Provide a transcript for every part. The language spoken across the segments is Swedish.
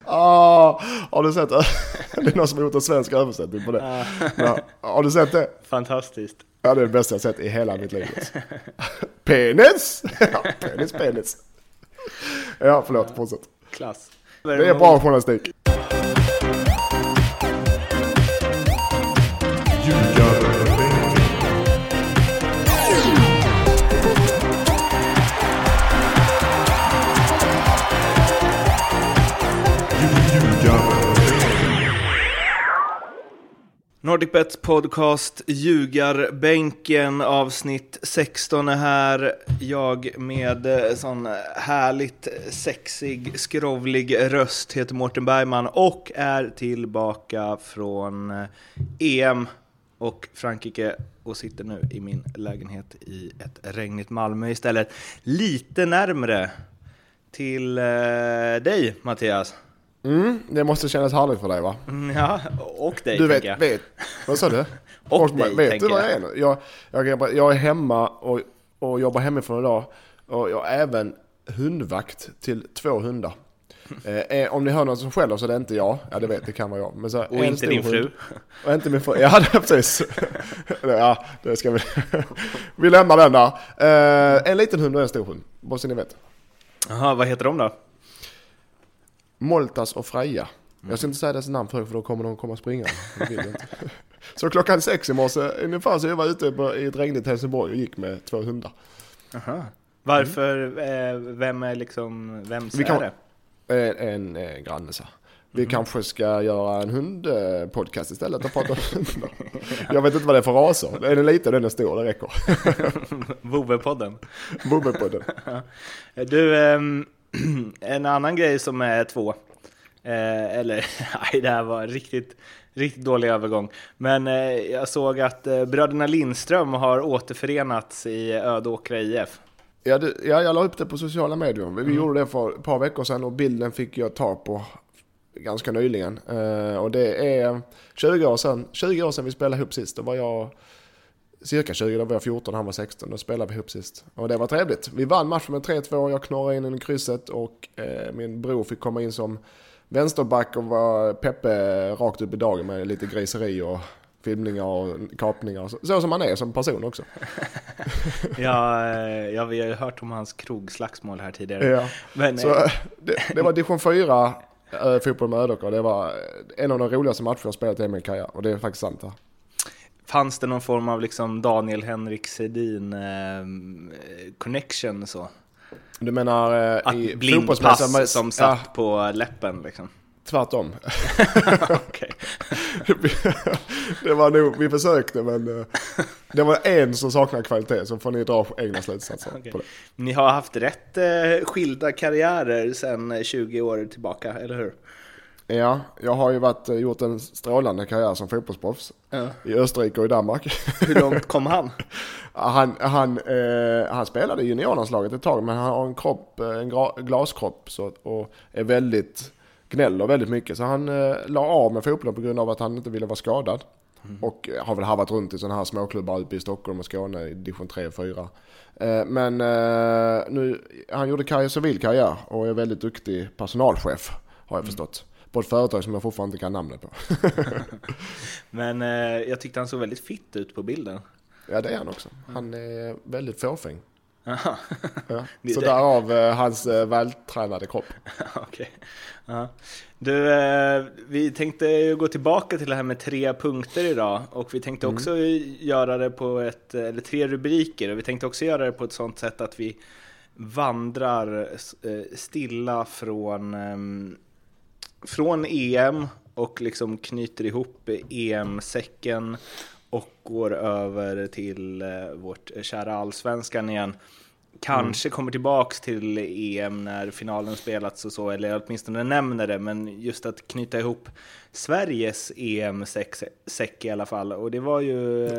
Har du sett det? Det är någon som har gjort en svensk översättning på det. Ja, har du sett det? Fantastiskt. Ja, det är det bästa jag sett i hela mitt liv. Penis! Ja, penis. Ja, förlåt, fortsätt. Klass. Det är bra journalistik. NordicBets podcast Ljugarbänken avsnitt 16 är här. Jag med sån härligt sexig, skrovlig röst heter Mårten Bergman och är tillbaka från EM och Frankrike och sitter nu i min lägenhet i ett regnigt Malmö istället. Lite närmare till dig, Mattias. Det måste kännas härligt för dig, va? Ja, och dig. Du vet. Vad sa du? och dig, vet du vad jag är? Jag är hemma och jobbar hemifrån idag. Och jag är även hundvakt till 2 hundar. Om ni hör någon som skäller så är det inte jag. Ja, det vet, det kan vara jag. Men så och inte din fru. Och inte min fru. Ja, det är precis. Ja, det ska vi. Vi lämnar den där. En liten hund och en stor hund. Bara så ni vet. Jaha, vad heter de då? Moltas och Freja. Jag ska inte säga dess namn för då kommer de komma springa. Så 6:00 i morse ungefär så jag var ute i ett regnigt Helsingborg och gick med 2 hundar. Aha. Varför? Vem är det? En granne så. Vi kanske ska göra en hundpodcast istället och prata om hundar. Jag vet inte vad det är för raser. Är den liten, den är stor, det räcker. Vovepodden. Du, en annan grej som är 2. Nej, det här var riktigt dålig övergång. Men jag såg att bröderna Lindström har återförenats i Ödåkra IF. Ja, jag la upp det på sociala medier. Vi gjorde det för ett par veckor sedan och bilden fick jag ta på ganska nyligen. Och det är 20 år sedan vi spelade ihop sist. Då var jag cirka 20, då var jag 14, han var 16. Då spelade vi ihop sist. Och det var trevligt. Vi vann matchen med 3-2. Jag knorrade in i krysset och min bror fick komma in som vänsterback och var Peppe rakt upp i dagen med lite griseri och filmningar och kapningar. Så som man är som person också. Ja, vi har ju hört om hans krogslagsmål här tidigare. Ja. Men, så, det var division 4 fotboll med Ödåkra. Det var en av de roligaste matcher jag spelat i min karriär. Och det är faktiskt sant här. Fanns det någon form av liksom Daniel Henrik Sedin connection så? Du menar att i blindpass som satt på läppen liksom? Tvärtom. Okej. Det var nog, vi försökte men det var en som saknar kvalitet, så får ni dra egna slutsatser på det. Ni har haft rätt skilda karriärer sedan 20 år tillbaka, eller hur? Ja, jag har ju gjort en strålande karriär som fotbollsproffs i Österrike och i Danmark. Hur långt kom han? Han spelade i juniorlandslaget ett tag, men han har en glaskropp och är väldigt gnäller väldigt mycket. Så han la av med fotbollen på grund av att han inte ville vara skadad. Och har väl havat runt i sådana här småklubbar uppe i Stockholm och Skåne i division 3 och 4. Men nu, han gjorde civil karriär och är väldigt duktig personalchef, har jag förstått. På ett företag som jag fortfarande inte kan namnet på. Men jag tyckte han såg väldigt fit ut på bilden. Ja, det är han också. Han är väldigt fåfäng. Ja. Så det... därav hans vältränade kropp. Okej. Ja. Du, vi tänkte gå tillbaka till det här med 3 punkter idag. Och vi tänkte också göra det på eller 3 rubriker. Och vi tänkte också göra det på ett sånt sätt att vi vandrar stilla från EM och liksom knyter ihop EM-säcken och går över till vårt kära allsvenskan igen. Kanske kommer tillbaks till EM när finalen spelats och så, eller åtminstone nämner det, men just att knyta ihop Sveriges EM-säck i alla fall. Och det var ju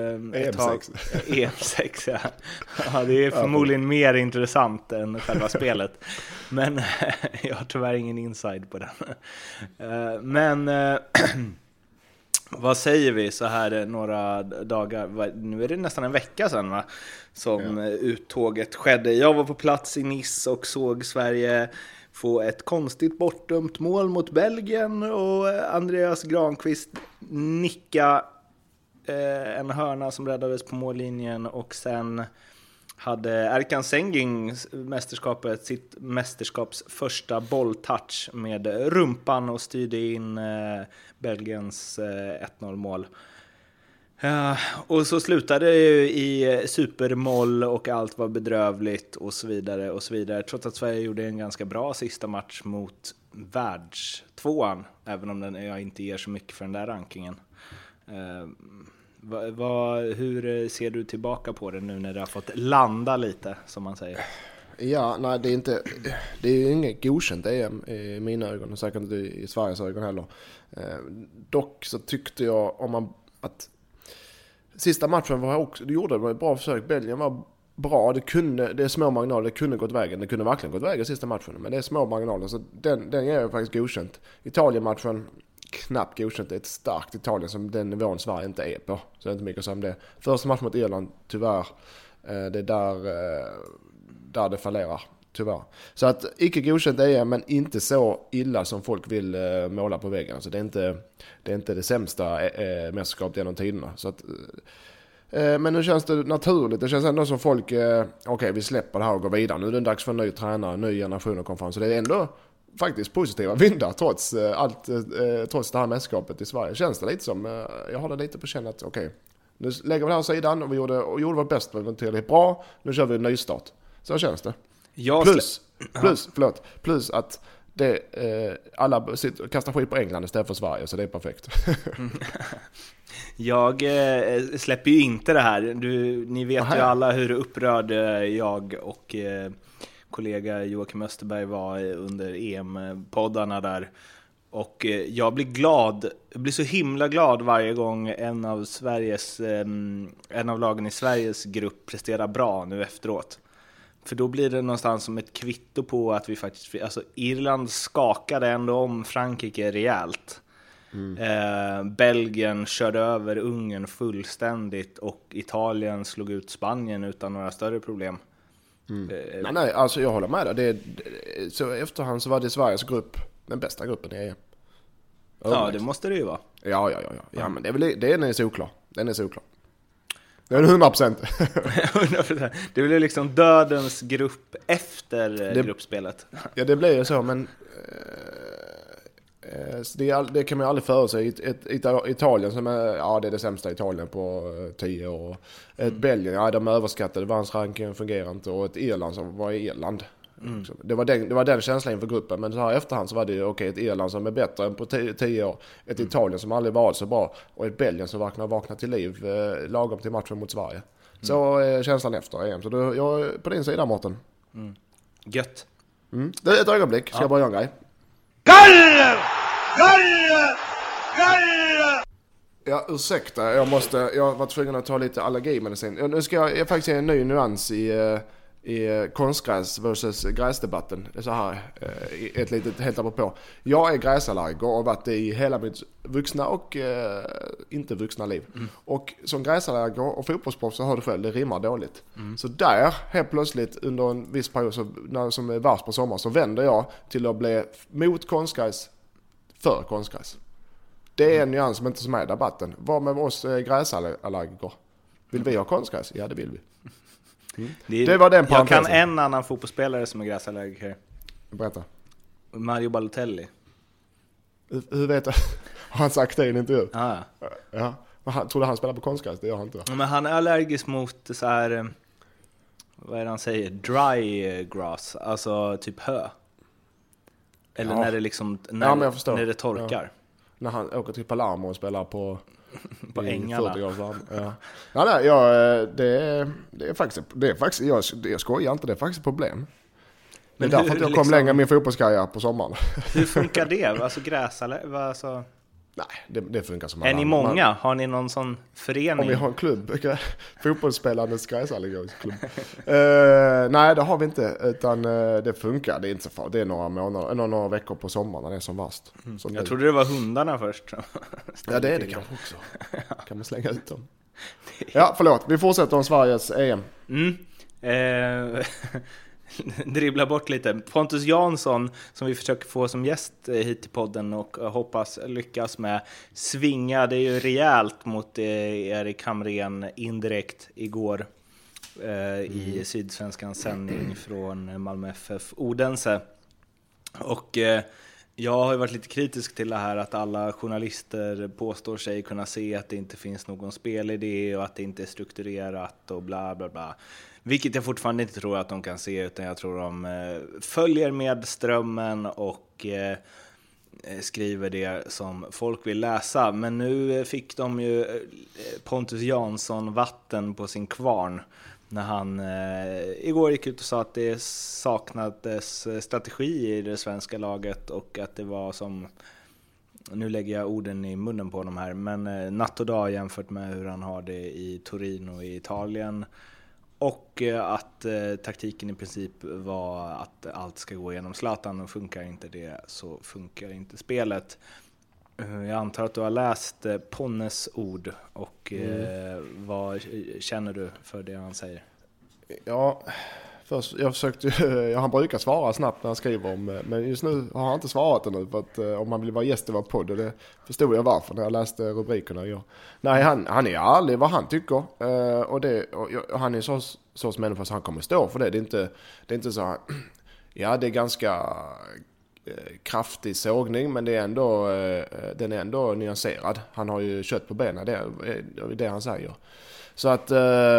EM-6, ja. Ja, det är förmodligen mer intressant än själva spelet. Men jag har tyvärr ingen inside på den. Men vad säger vi så här några dagar, nu är det nästan en vecka sedan va, som uttåget skedde. Jag var på plats i Nice och såg Sverige få ett konstigt bortdömt mål mot Belgien och Andreas Granqvist nicka en hörna som räddades på mållinjen, och sen hade Erkan Sengin sitt mästerskaps första bolltouch med rumpan och styrde in Belgiens 1-0 mål. Och så slutade det i supermoll och allt var bedrövligt och så vidare och så vidare. Trots att Sverige gjorde en ganska bra sista match mot världstvåan, även om jag inte ger så mycket för den där rankingen. Hur ser du tillbaka på det nu när det har fått landa lite, som man säger? Ja, nej, det är inget godkänt EM i mina ögon, och säkert inte i Sveriges ögon heller. Dock så tyckte jag att sista matchen det gjorde ett bra försök. Belgien var bra, det är små marginaler, det kunde gått vägen. Det kunde verkligen gått vägen sista matchen, men det är små marginaler, så den ger jag faktiskt godkänt. Italien-matchen knappt godkänt. Det är ett starkt Italien som den nivån Sverige inte är på. Så det är inte mycket som det. Första match mot Irland, tyvärr. Det är där det fallerar, tyvärr. Så att icke godkänt är, men inte så illa som folk vill måla på väggen. Alltså det är inte det sämsta mästerskapet genom tiderna. Så att, men nu känns det naturligt. Det känns ändå som folk, okej, vi släpper det här och går vidare. Nu är det dags för en ny tränare, en ny generation och konferens. Så det är ändå faktiskt positiva vindar trots det här mästerskapet i Sverige. Känns det lite som, jag har det lite på känn att okej, nu lägger vi det här sidan och vi gjorde vårt bästa, vi var tillräckligt bra. Nu kör vi en nystart. Så känns det. Plus att alla kastar skit på England istället för Sverige, så det är perfekt. Jag släpper ju inte det här. Ni vet ju alla hur upprörd jag och kollega Joakim Österberg var under EM-poddarna där. Och jag blir så himla glad varje gång en av lagen i Sveriges grupp presterar bra nu efteråt. För då blir det någonstans som ett kvitto på att vi faktiskt, alltså Irland skakade ändå om Frankrike rejält. Belgien körde över Ungern fullständigt och Italien slog ut Spanien utan några större problem. Nej, alltså jag håller med dig. Så efterhand så var det Sveriges grupp den bästa gruppen i EM. Ja, det måste det ju vara. Ja, men den är solklar. Den är solklar. Det är 100%. 100%. Det blir liksom dödens grupp efter gruppspelet. Ja, det blir ju så, men det kan man ju aldrig förutse. Italien som är, det är det sämsta Italien på 10 år. Ett Belgien, de överskattade, världsranken fungerar inte. Och ett Irland som var i Irland. Det var den känslan inför gruppen. Men så här efterhand så var det ett Irland som är bättre än på 10 år. Ett Italien som aldrig varit så bra. Och ett Belgien som vaknar till liv lagom till matchen mot Sverige. Så känslan efter EM. Så jag är på din sida, Mårten. Gött. Det är ett ögonblick. Ska jag bara göra en grej. Galle! Ja, ursäkta. Jag var tvungen att ta lite allergimedicin. Nu ska jag faktiskt ge en ny nyans i konstgräs versus gräsdebatten. Det är så här, ett litet helt apropå. Jag är gräsallergiker och har varit det i hela mitt vuxna och inte vuxna liv. Och som gräsallergiker och fotbollsproffs så har du själv, det rimmar dåligt. Så där, helt plötsligt under en viss period som är värst på sommaren, så vänder jag till att bli mot konstgräs för konstgräs. Det är en nyans som inte är med i debatten. Vad med oss gräsallergiker? Vill vi ha konstgräs? Ja, det vill vi. Det var den parentesen. Jag kan en annan fotbollsspelare som är gräsallergiker. Berätta. Mario Balotelli. Hur vet jag? Har han sagt det i en intervju? Ja. Han trodde han spelar på konstgräs, det gör han inte. Men han är allergisk mot så här, vad är det han säger? Dry grass, alltså typ hö. Eller när det liksom när det torkar. Ja. När han åker till Palermo och spelar på ängarna. 40 grader varm. Det är faktiskt jag skojar inte, det är faktiskt ett problem. Men det är därför att jag kom längre min fotbollskarriär på sommaren. Hur funkar det? Alltså alltså... Nej, det funkar som alla. Är ni många? Har ni någon sån förening? Om vi har en klubb, fotbollsspelandes gräsallergiklubb. Nej, det har vi inte, utan det funkar. Det är inte så farligt. Det är några månader, några veckor på sommaren när det är som vast. Jag trodde det var hundarna först. Ja, det är det kanske också. Kan man slänga ut dem. Ja, förlåt. Vi fortsätter om Sveriges EM. dribbla bort lite. Pontus Jansson, som vi försöker få som gäst hit till podden och hoppas lyckas med, svingade ju rejält mot Erik Hamrén indirekt igår i Sydsvenskans sändning från Malmö FF Odense. Och jag har ju varit lite kritisk till det här att alla journalister påstår sig kunna se att det inte finns någon spelidé och att det inte är strukturerat och bla bla bla. Vilket jag fortfarande inte tror att de kan se, utan jag tror de följer med strömmen och skriver det som folk vill läsa. Men nu fick de ju Pontus Jansson vatten på sin kvarn när han igår gick ut och sa att det saknades strategi i det svenska laget och att det var som, nu lägger jag orden i munnen på de här, men natt och dag jämfört med hur han har det i Torino i Italien. Och att taktiken i princip var att allt ska gå igenom Zlatan, och funkar inte det så funkar inte spelet. Jag antar att du har läst Ponnes ord och vad känner du för det han säger? Ja, först, han brukar svara snabbt när han skriver om, men just nu har han inte svarat ännu för att om han vill vara gäst i vår podd, och det förstod jag varför när jag läste rubrikerna igår. Nej, han är ärlig vad han tycker, och han är så människa så han kommer stå för det. Det är inte så här, ja, det är ganska kraftig sågning, men det är ändå, den är ändå nyanserad. Han har ju kött på benen, det är det han säger. Så att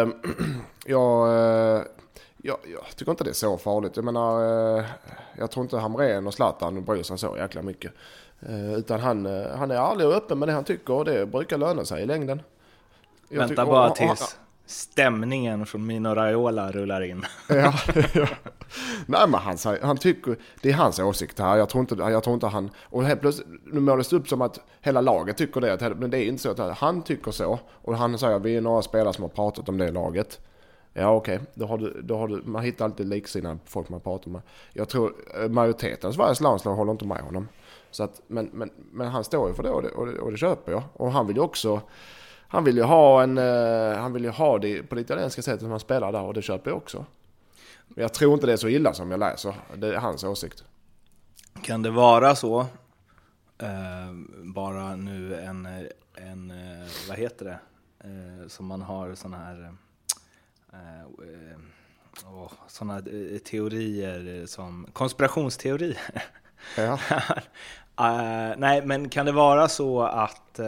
jag tycker inte det är så farligt. Jag menar, jag tror inte Hamrén och Zlatan bryr sig så jäkla mycket. Utan han är ärlig och öppen med det han tycker, och det brukar löna sig i längden. Vänta bara tills stämningen från Mino Raiola rullar in. Ja. Nej, men han tycker, det är hans åsikt här. Jag tror inte han, och helt plötsligt nu målas det upp som att hela laget tycker det, men det är inte så att han tycker så, och han säger vi är några spelare som har pratat om det i laget. Ja, okej. Då har du, man hittar alltid liksinnade folk man pratar med. Jag tror majoriteten av Sveriges landslag håller inte med honom. Så att, men han står ju för det, och det köper jag. Och han vill ju ha det på det italienska sättet som han spelar där, och det köper jag också. Men jag tror inte det är så illa som jag läser. Det är hans åsikt. Kan det vara så, bara nu en vad heter det, som man har såna här såna teorier som konspirationsteorier. Ja. Nej, men kan det vara så att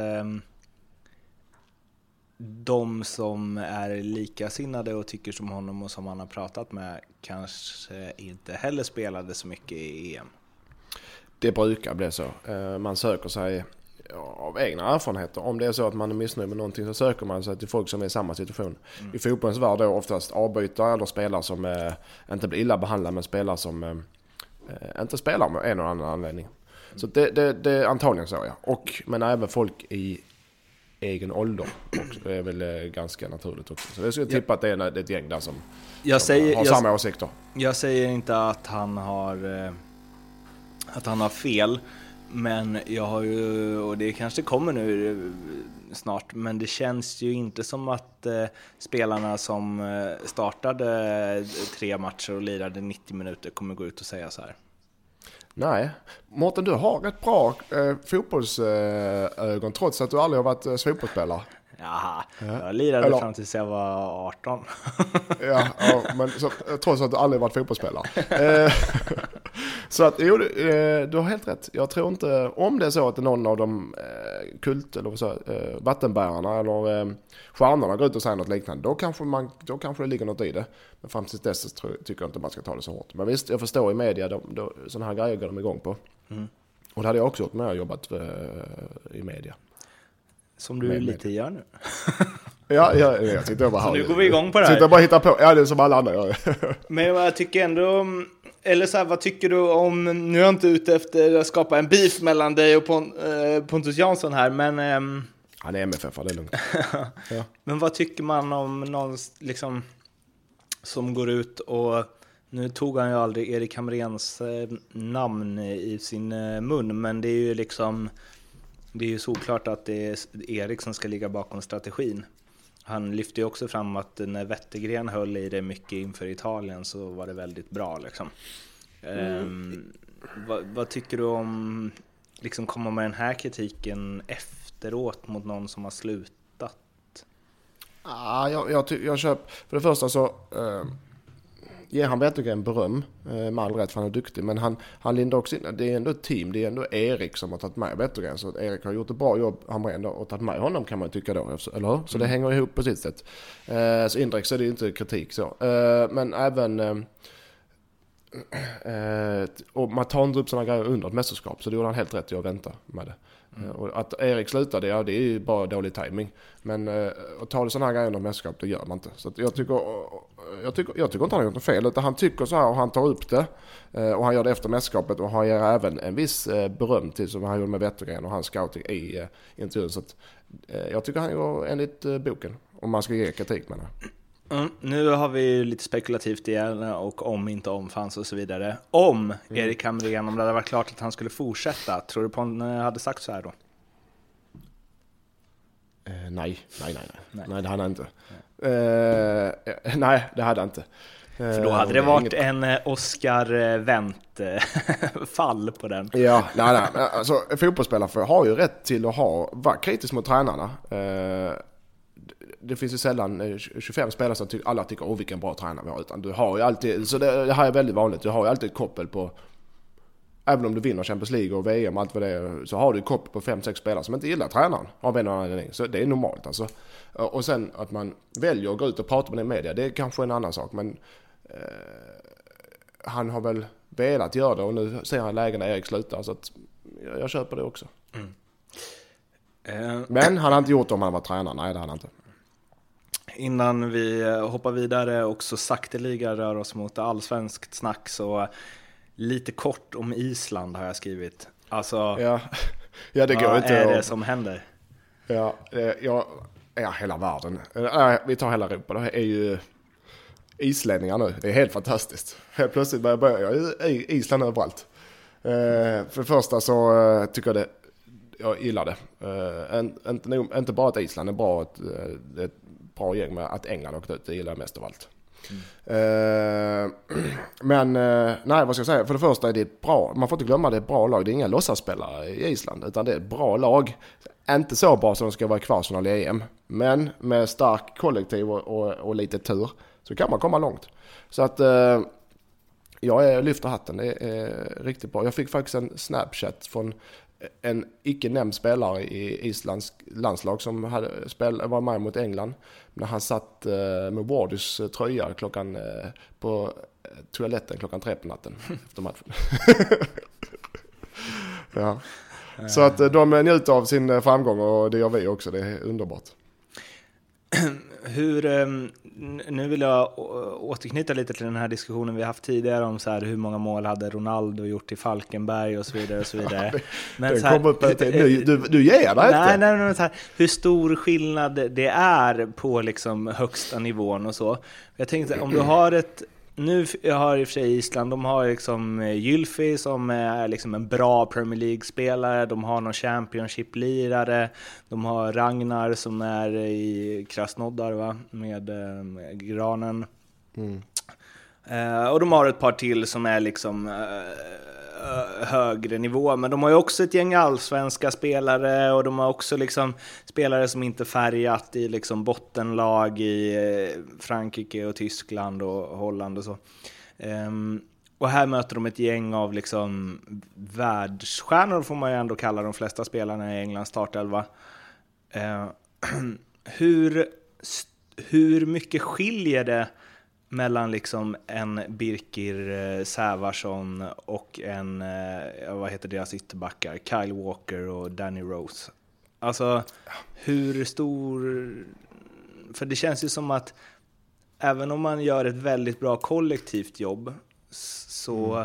de som är likasinnade och tycker som honom och som han har pratat med kanske inte heller spelade så mycket i EM? Det brukar bli så. Man söker sig av egna erfarenheter. Om det är så att man är missnöjd med någonting, så söker man sig till folk som är i samma situation. I fotbollens värld då oftast avbytare eller spelare som inte blir illa behandlade, men spelare som inte spelar med en eller annan anledning. Så det är antagligen så, ja. Men även folk i egen ålder också. Det är väl ganska naturligt också. Så jag skulle tippa att det är ett gäng där som har samma åsikter. Jag säger inte att han har fel, men jag har ju, och det kanske kommer nu snart, men det känns ju inte som att spelarna som startade 3 matcher och lirade 90 minuter kommer gå ut och säga så här. Nej, Mårten, du har rätt bra fotbollsögon trots att du aldrig har varit fotbollsspelare. Jaha, jag lirade fram tills jag var 18. ja, men trots att du aldrig varit fotbollsspelare. Så att, jo, du har helt rätt. Jag tror inte, om det är så att någon av de vattenbärarna eller stjärnorna går ut och säger något liknande, då kanske det ligger något i det. Men fram till dess tycker jag inte man ska ta det så hårt. Men visst, jag förstår i media, sådana här grejer går de igång på. Och det hade jag också gjort när jag jobbat i media. Som du lite gör nu. Ja, jag sitter bara här. Så nu går vi igång på det här. Sitter bara och hittar på. Ja, det är som alla andra gör. Men jag tycker ändå, eller så här, vad tycker du om, nu är jag inte ute efter att skapa en beef mellan dig och Pontus Jansson här, men han är MFF, det är lugnt. Ja. Men vad tycker man om någon liksom som går ut och, nu tog han ju aldrig Erik Hamréns namn i sin mun, men det är ju liksom, det är ju såklart att det är Erik som ska ligga bakom strategin. Han lyfte ju också fram att när Wettergren höll i det mycket inför Italien så var det väldigt bra liksom. Vad tycker du om liksom komma med den här kritiken efteråt mot någon som har slutat? Jag köper, för det första så ger han Wettergren beröm med all rätt för han är duktig, men han lindar också in, det är ändå ett team, det är ändå Erik som har tagit med Wettergren, så Erik har gjort ett bra jobb, han ändå och tagit med honom kan man tycka då, eller hur? Så det hänger ihop på sitt sätt. Så indirekt så är det ju inte kritik så. Men även och man tar inte upp sådana grejer under ett mästerskap, så det gjorde han helt rätt i att vänta med det. Och att Erik slutade, ja det är ju bara dålig timing. Men att ta det sådana här grejer under ett mästerskap, det gör man inte. Så att jag tycker inte han har gjort något fel, utan han tycker så här och han tar upp det. Och han gör det efter mästerskapet och han ger även en viss beröm till som han gjorde med Wettergren och hans scouting i intervjun. Så att jag tycker han gör enligt boken, om man ska ge kritik med det. Nu har vi ju lite spekulativt igen och om inte om fanns och så vidare. Om Erik Hamrén, om det hade varit klart att han skulle fortsätta, tror du på han hade sagt så här då? Nej, det hade han inte. Nej, det hade han inte. För då hade det varit en Oscar Wendt-fall på den. Ja, nej. Alltså, fotbollsspelare har ju rätt till att vara kritisk mot tränarna. Det finns ju sällan 25 spelare som alla tycker vilken bra tränare vi har, utan du har ju alltid, så det här är väldigt vanligt, du har ju alltid ett koppel på, även om du vinner Champions League och VM allt vad det är, så har du ett koppel på 5-6 spelare som inte gillar tränaren av en anledning, så det är normalt alltså. Och sen att man väljer att gå ut och prata med den i media, det är kanske en annan sak, men han har väl velat göra det och nu ser han lägen när Erik slutar, så att jag köper det också. Men han har inte gjort det om han var tränare, nej det har han inte. Innan vi hoppar vidare och så sakteliga rör oss mot allsvenskt snack, så lite kort om Island har jag skrivit. Alltså, ja det går vad inte. Är det som händer? Ja, hela världen. Vi tar hela Europa. Det är ju islänningar nu. Det är helt fantastiskt. Helt plötsligt börjar jag i Island överallt. För det första så tycker jag jag gillar det. Inte bara att Island är bra, ett bra gäng med att England åkte ut, det gillar jag mest av allt. Men nej, vad ska jag säga? För det första är det ett bra, man får inte glömma det är ett bra lag. Det är inga låtsasspelare i Island, utan det är ett bra lag. Inte så bra som de ska vara i kvartsfinal i EM, men med stark kollektiv och lite tur så kan man komma långt. Så att jag lyfter hatten, det är riktigt bra. Jag fick faktiskt en Snapchat från en icke-nämnd spelare i Islands landslag som var med mot England när han satt med Wardys tröja på toaletten 3 på natten efter matchen. Ja. Så att de njuter av sin framgång och det gör vi också, det är underbart. Nu vill jag återknyta lite till den här diskussionen vi haft tidigare om så här, hur många mål hade Ronaldo gjort i Falkenberg och så vidare och så vidare. Men så här, du ger dig inte. Nej, så här, hur stor skillnad det är på liksom högsta nivån och så. Jag tänkte om du har nu har i och för sig Island, de har liksom Gylfi som är liksom en bra Premier League-spelare, de har någon Championship-lirare, de har Ragnar som är i Krasnodar va? Med Granen. Och de har ett par till som är liksom högre nivå, men de har ju också ett gäng allsvenska spelare och de har också liksom spelare som inte färgat i liksom bottenlag i Frankrike och Tyskland och Holland och så. Och här möter de ett gäng av liksom världsstjärnor får man ju ändå kalla de flesta spelarna i Englands startelva. Hur mycket skiljer det mellan liksom en Birkir Sävarsson och en vad heter deras ytterbackar, Kyle Walker och Danny Rose? Alltså hur stor, för det känns ju som att även om man gör ett väldigt bra kollektivt jobb så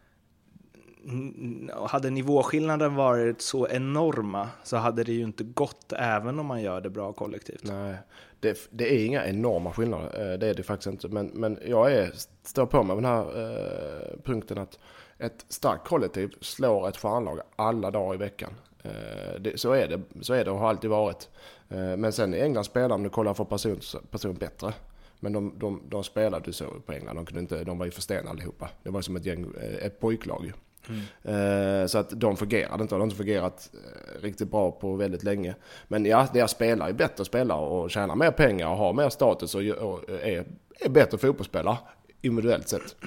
hade nivåskillnaden varit så enorma så hade det ju inte gått även om man gör det bra kollektivt. Nej, det är inga enorma skillnader, det är det faktiskt inte. Men jag står på med den här punkten att ett starkt kollektiv slår ett stjärnlag alla dagar i veckan. Så är det och har alltid varit. Men sen i England spelar, om du kollar för person bättre. Men de spelade, du såg på England, de var ju förstenade allihopa. Det var som ett pojklag ju. Så att de fungerade inte, och de har inte fungerat riktigt bra på väldigt länge. Men ja, deras spelare är bättre spelare och tjänar mer pengar och har mer status och är bättre fotbollsspelare individuellt sett.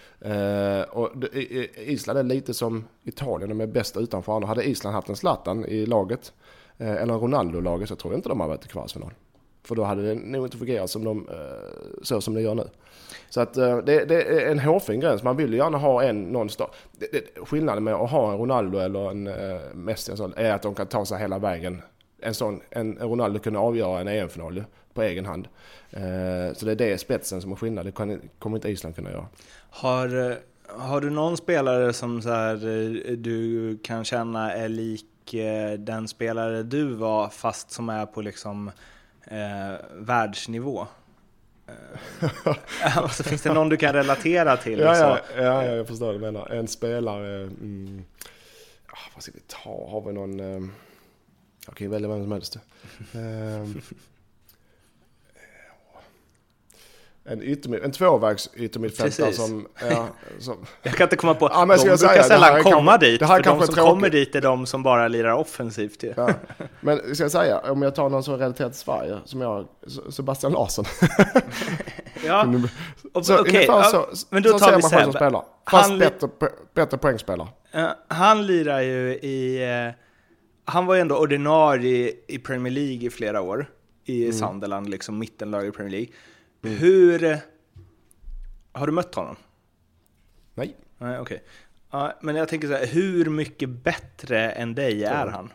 Island är lite som Italien, de är bäst utanför andra. Hade Island haft en Zlatan i laget eller en Ronaldo-laget, så tror jag inte de hade varit i kvartsfinal. För då hade det nog inte fungerat så som det gör nu. Så att det är en hårfin gräns. Man vill ju gärna ha en någonstans. Skillnaden med att ha en Ronaldo eller en Messi är att de kan ta sig hela vägen. En Ronaldo kunde avgöra en EM-final på egen hand. Så det är det spetsen som är skillnad. Det kommer inte Island kunna göra. Har du någon spelare som så här, du kan känna är lik den spelare du var, fast som är på liksom världsnivå? Alltså, finns det någon du kan relatera till? Ja, jag förstår vad du menar. En spelare... vad ska vi ta? Har vi någon... jag kan ju välja vem som helst. En tvåvägs yttermittfältare som... Jag kan inte komma på... Ja, men de brukar sällan komma dit. För de som kommer dit är de som bara lirar offensivt. Ja. Men ska jag säga, om jag tar någon som relaterat till Sverige, som Sebastian Larsson. Ja, okej. Men då tar vi sen. Fast bättre poängspelare. Han lirar ju i... han var ju ändå ordinarie i Premier League i flera år. I Sunderland, liksom mittenlag i Premier League. Hur... Har du mött honom? Nej. Nej, okej. Men jag tänker så här, hur mycket bättre än dig är han?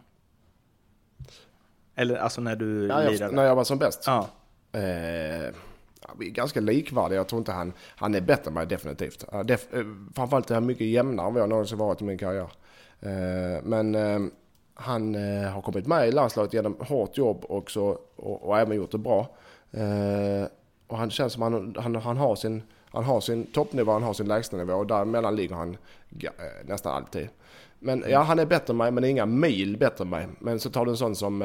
Eller alltså när du lirade? När jag var som bäst? Ja. Vi är ganska likvärdiga. Jag tror inte han är bättre än mig, definitivt. Framförallt är han mycket jämnare än vad jag någonsin varit i min karriär. Men han har kommit med i landslaget genom hårt jobb också, och även gjort det bra. Och han känns som han har sin toppnivå, han har sin lägstanivå, och däremellan ligger han nästan alltid. Men ja, han är bättre än mig, men inga mil bättre än mig. Men så tar du en sån som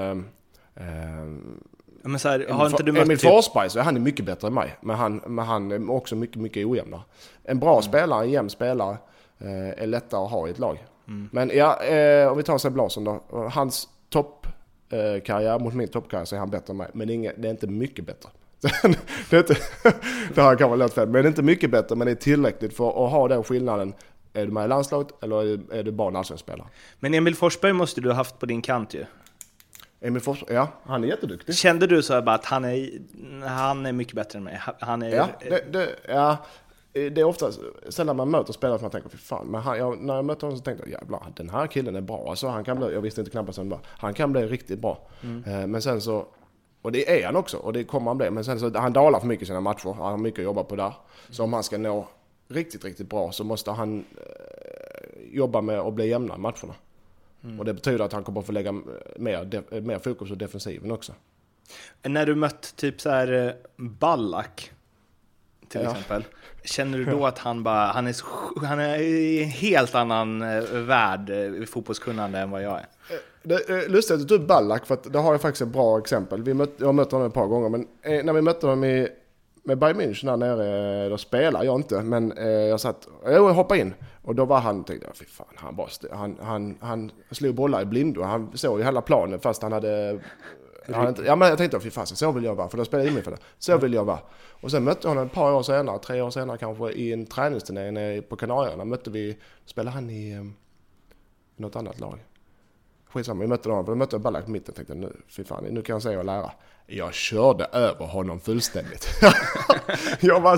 men så här, har inte du mött Emil Forsberg, så han är mycket bättre än mig. Men han är också mycket, mycket ojämnare. En bra spelare, en jämn spelare är lättare att ha i ett lag. Men ja, om vi tar Seb Larsson då. Hans toppkarriär mot min toppkarriär, så är han bättre än mig. Men det är inte mycket bättre. Det här kan vara lätt fel, men det är inte mycket bättre, men det är tillräckligt för att ha den skillnaden. Är du med i landslaget eller är du bara en allsvensk-spelare? Men Emil Forsberg måste du ha haft på din kant ju. Emil Forsberg, ja, han är jätteduktig. Kände du så bara att han är mycket bättre än mig? Han är... Ja, det är ofta sällan man möter spelare som man tänker, fy fan. Men när jag mötte honom så tänkte jag, jävlar, den här killen är bra. Alltså, jag visste inte knappt att han var. Han kan bli riktigt bra. Men sen så... Och det är han också, och det kommer han bli. Men sen så han dalar för mycket i sina matcher. Han har mycket att jobba på där. Så om han ska nå riktigt, riktigt bra, så måste han jobba med att bli jämna i matcherna. Och det betyder att han kommer att få lägga mer fokus på defensiven också. När du mött typ så här Ballack till exempel, känner du då att han är i en helt annan värld fotbollskunnande än vad jag är? Det är lustigt att du Ballack, för att det har jag faktiskt ett bra exempel. Jag har mött honom ett par gånger, men när vi mötte honom med Bayern München där nere, då spelar jag inte, men jag hoppade in, och då var han, tänkte jag, fy fan, han slog bollar i blindo, han såg ju hela planen fast han hade... men jag tänkte, fy fan, så vill jag vara, för då spelade jag in mig för det. Så vill jag vara. Och sen mötte jag honom ett par år senare, 3 år senare kanske, i en träningsturnering på Kanarierna. Spelade han i något annat lag. Skitsamma, vi mötte honom, för då mötte jag Ballack på mitten. Tänkte, nu kan jag säga och lära. Jag körde över honom fullständigt. Jag var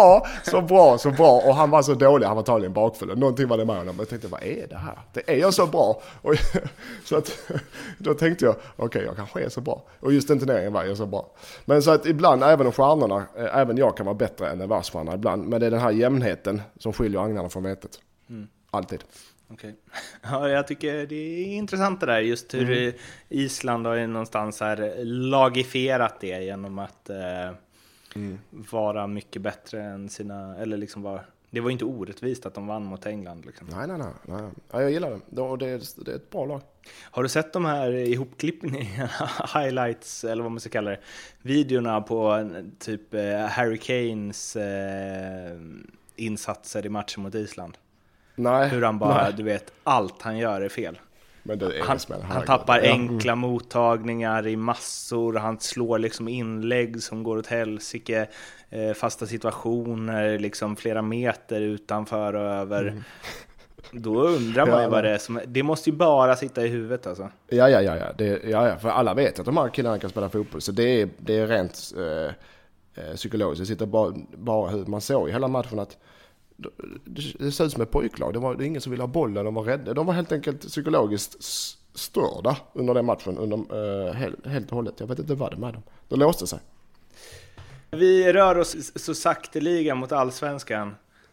så bra. Och han var så dålig, han var tagligen bakfull. Någonting var det med honom. Jag tänkte, vad är det här? Det är jag så bra? Så att, då tänkte jag, okej, jag kanske är så bra. Och just den turneringen var jag så bra. Men så att ibland, även stjärnorna, även jag kan vara bättre än en världsstjärna ibland. Men det är den här jämnheten som skiljer agnarna från vetet. Alltid. Okej. Ja, jag tycker det är intressant det där, just hur Island har någonstans här lagifierat det genom att vara mycket bättre än sina, eller liksom vara Det var inte orättvist att de vann mot England. Liksom. Nej. Ja, jag gillar det. Och det är ett bra lag. Har du sett de här ihopklippningarna, highlights eller vad man ska kalla det, videorna på typ Harry Kanes insatser i matchen mot Island? Nej. Hur han bara, du vet, allt han gör är fel. Men det är han tappar enkla mottagningar i massor. Han slår liksom inlägg som går åt helsike, fasta situationer liksom flera meter utanför och över. Då undrar man ju vad det är som... Det måste ju bara sitta i huvudet alltså. Ja. För alla vet att de här killarna kan spela fotboll. Så det är rent psykologiskt. Det sitter bara hur man såg i hela matchen att det ser ut som ett pojklag. Det är ingen som vill ha bollen. De var rädda. De var helt enkelt psykologiskt störda under den matchen. Helt och hållet. Jag vet inte vad det med dem. De låste sig. Vi rör oss så sakteliga mot allsvenskan.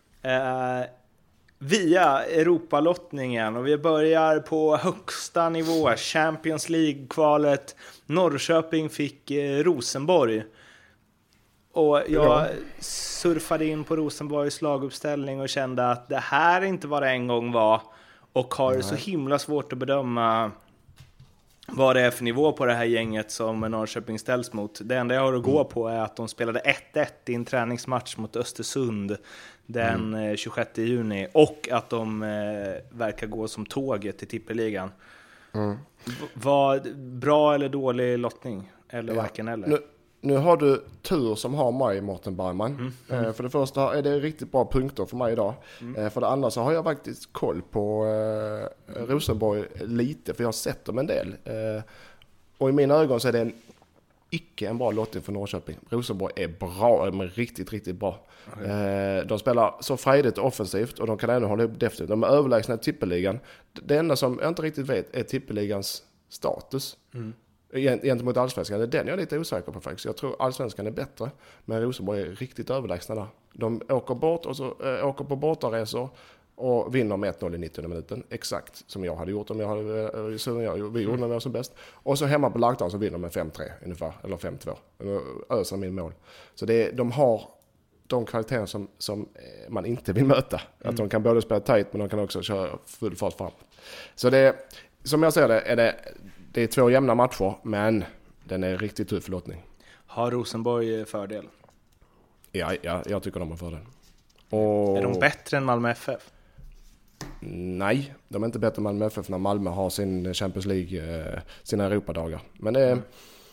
Via Europalottningen, och vi börjar på högsta nivå, Champions League-kvalet. Norrköping fick Rosenborg. Och jag surfade in på Rosenborgs laguppställning och kände att det här inte vad det en gång var, och har så himla svårt att bedöma vad det är för nivå på det här gänget som Norrköping ställs mot. Det enda jag har att gå på är att de spelade 1-1 i en träningsmatch mot Östersund den 26 juni, och att de verkar gå som tåget i tippeligan. Var bra eller dålig lottning? Eller varken eller? Nu har du tur som har mig, Mårten Bergman. För det första är det riktigt bra punkter för mig idag. För det andra så har jag faktiskt koll på Rosenborg lite, för jag har sett dem en del. Och i mina ögon så är det icke en bra lottning för Norrköping. Rosenborg är bra, de är riktigt, riktigt bra. De spelar så frejdigt offensivt, och de kan ändå hålla upp defensivt. De är överlägsna i tippeligan. Det enda som jag inte riktigt vet är tippeligans status. Gentemot allsvenskan. Det är den jag är lite osäker på faktiskt. Jag tror allsvenskan är bättre, men Rosenborg är riktigt överlägsna där. De åker bort och så åker på bortaresor och vinner med 1-0 i 90 minuten. Exakt som jag hade gjort om jag hade vi gjorde när vi var som bäst. Och så hemma på Lagdagen så vinner de med 5-3 ungefär, eller 5-2. Öser min mål. Så de har de kvaliteter som man inte vill möta. Att de kan både spela tight, men de kan också köra full fart fram. Så som jag ser det är 2 jämna matcher, men den är riktigt tuff lottning. Har Rosenborg fördel? Ja, jag tycker de har fördel. Är de bättre än Malmö FF? Nej, de är inte bättre än Malmö FF när Malmö har sin Champions League, sina Europadagar. Men det är...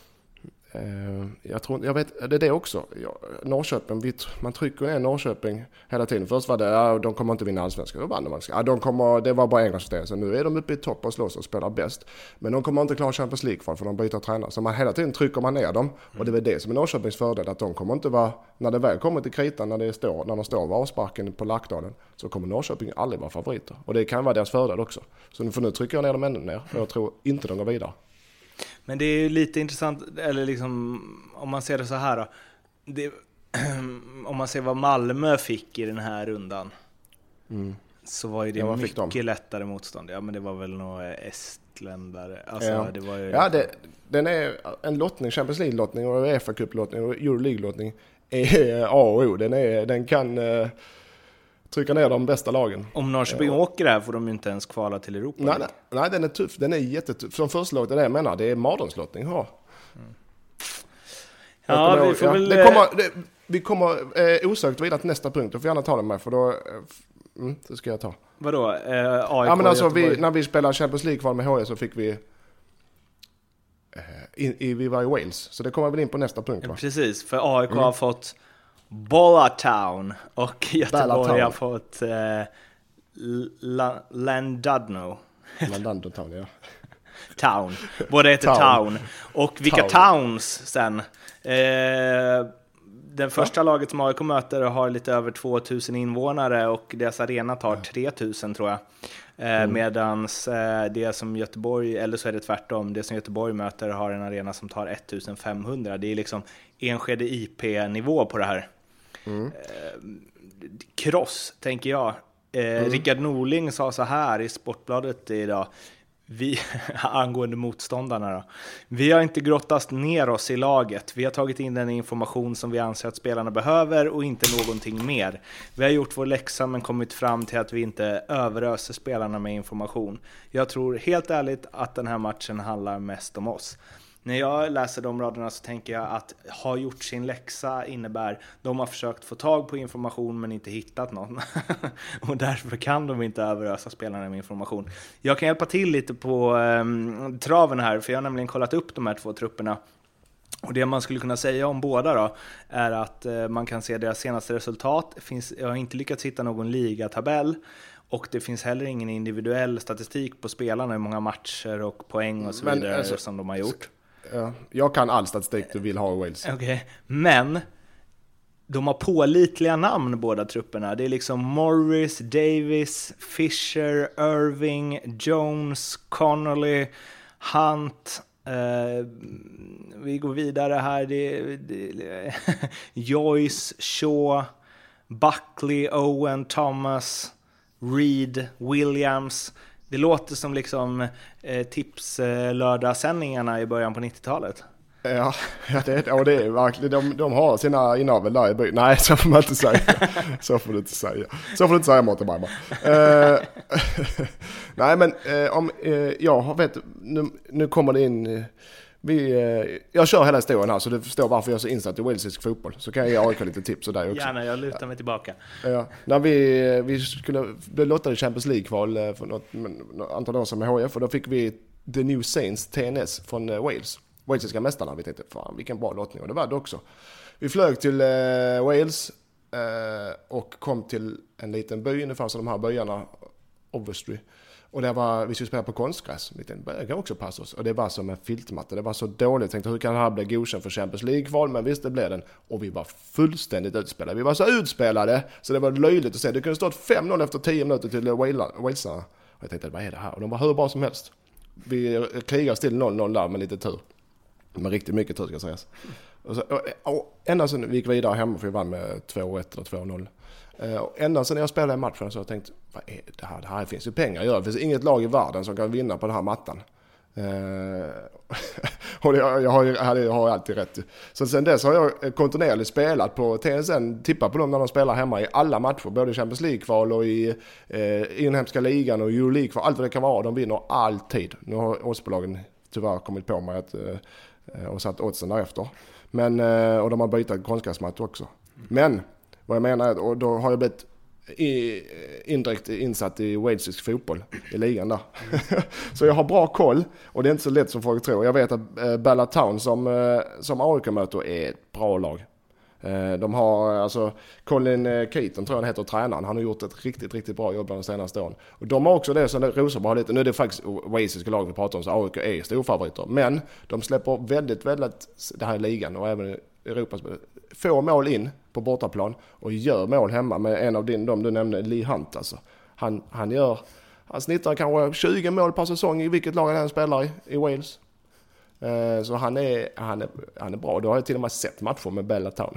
jag vet, det är det också. Norrköping, man trycker ner Norrköping hela tiden. Först var det, de kommer inte vinna allsvenskan. Då vann de. Det var bara en gång så nu är de uppe i topp och slåss och spelar bäst. Men de kommer inte klara Champions League för de byter tränare. Så hela tiden trycker man ner dem. Och det är väl det som är Norrköpings fördel, att de kommer inte vara, när det väl kommer till kritan, när de står vid avsparken på Lackdalen, så kommer Norrköping aldrig vara favoriter. Och det kan vara deras fördel också. Så nu trycker jag ner dem ännu ner. Och jag tror inte de går vidare. Men det är ju lite intressant, eller liksom, om man ser det så här då, om man ser vad Malmö fick i den här rundan, så var ju det mycket lättare motstånd. Ja, men det var väl några estländare. Alltså, det var ju... den är en lottning, Champions League-lottning och UEFA Cup-lottning och Euroleague-lottning är A och O. Den kan trycka ner de bästa lagen. Om Norrköping åker där får de ju inte ens kvala till Europa. Nej, den är tuff. Den är jättetuff. Som första låt, det jag menar, det är mardrömslottning. Ja, vi får väl... Vi kommer osökt vidare till nästa punkt. Då får jag gärna ta den med, för då... det ska jag ta. Vadå? AIK, ja, men alltså när vi spelade Champions League-kval med HIF så fick vi... vi var i Wales. Så det kommer väl in på nästa punkt, va? Precis, för AIK har fått Bollatown och Göteborg har fått Llandudno. Llandudno Town, ja. Town. Båda heter Town. Och vilka Towns sen? Den första laget som AIK möter har lite över 2000 invånare och deras arena tar 3000 tror jag. Medans det som Göteborg, eller så är det tvärtom, det som Göteborg möter har en arena som tar 1500. Det är liksom Enskede IP-nivå på det här. Kross, tänker jag. Rickard Norling sa så här i Sportbladet idag: Angående motståndarna då. Vi har inte grottat ner oss i laget. Vi har tagit in den information som vi anser att spelarna behöver och inte någonting mer. Vi har gjort vår läxa men kommit fram till att vi inte överöser spelarna med information. Jag tror helt ärligt att den här matchen handlar mest om oss. När jag läser de raderna så tänker jag att ha gjort sin läxa innebär de har försökt få tag på information men inte hittat någon. Och därför kan de inte överösa spelarna med information. Jag kan hjälpa till lite på traven här, för jag har nämligen kollat upp de här två trupperna. Och det man skulle kunna säga om båda då är att man kan se deras senaste resultat. Jag har inte lyckats hitta någon ligatabell. Och det finns heller ingen individuell statistik på spelarna, hur många matcher och poäng och så vidare alltså, som de har gjort. Ja, jag kan all statistik du vill ha i Wales. Okej. Men de har pålitliga namn båda trupperna. Det är liksom Morris, Davis, Fisher, Irving, Jones, Connolly, Hunt. Vi går vidare här. Det Joyce, Shaw, Buckley, Owen, Thomas, Reed, Williams. Det låter som liksom tipslördagssändningarna i början på 90-talet. Ja, det är verkligen. De har sina inavel där i byn. Nej, så får man inte säga. Så får du inte säga. Så får du inte säga, Mårten Bergman. Nej, men om jag vet, nu kommer det in. Jag kör hela historien här så du förstår varför jag är så insatt i walesisk fotboll. Så kan jag ge AIK lite tips och där också. Gärna, jag lutar mig tillbaka. Ja, när vi skulle bli lottade i Champions League-kval för något antal år sedan med HF, och då fick vi The New Saints TNS från Wales. Walesiska mästarna, vi tänkte, fan vilken bra lottning, och det var det också. Vi flög till Wales och kom till en liten by, ungefär som de här byarna, Ovestry. Och det var, vi skulle spela på konstgräs. Det kan också passa oss. Och det var som en filtmatta. Det var så dåligt. Jag tänkte, hur kan det här bli godkänt för Champions League-kval? Men visst, det blev den. Och vi var fullständigt utspelade. Vi var så utspelade så det var löjligt att se. Det kunde stått 5-0 efter 10 minuter till Walesarna. Och jag tänkte, vad är det här? Och de var hur bra som helst. Vi krigade till 0-0 där med lite tur. Med riktigt mycket tur ska sägas. Och ända sen vi gick vidare hemma, för vi vann med 2-1 eller 2-0. Ända sen jag spelade i matchen så har jag tänkt, vad är det här? Det här finns ju pengar att göra. Det finns inget lag i världen som kan vinna på den här mattan. Och jag har alltid rätt. Så sen dess har jag kontinuerligt spelat på TSN, tippat på dem när de spelar hemma i alla matcher, både i Champions League-kval och i inhemska ligan och Euroleague-kval, allt vad det kan vara. De vinner alltid. Nu har oddsbolagen tyvärr kommit på mig och satt oddsen därefter. Men, och de har bytt konstgräsmatt också. Men vad jag menar är, och då har jag blivit indirekt insatt i walesisk fotboll i ligan där. Så jag har bra koll, och det är inte så lätt som folk tror. Jag vet att Bella Town som AIK möter är ett bra lag. De har alltså Colin Keaton, tror jag han heter, tränaren. Han har gjort ett riktigt, riktigt bra jobb de senaste åren. Och de har också det som Rosenborg har lite. Nu är det faktiskt walesiska lag vi pratar om, så AIK är storfavoriter. Men de släpper väldigt, väldigt, det här ligan och även Europas, få mål in på bortaplan och gör mål hemma med en av dem du nämnde, Lee Hunt alltså. Han snittar kanske 20 mål per säsong i vilket lag han spelar i Wales. Så han är bra. Då har jag till och med sett matcher med Bella Town.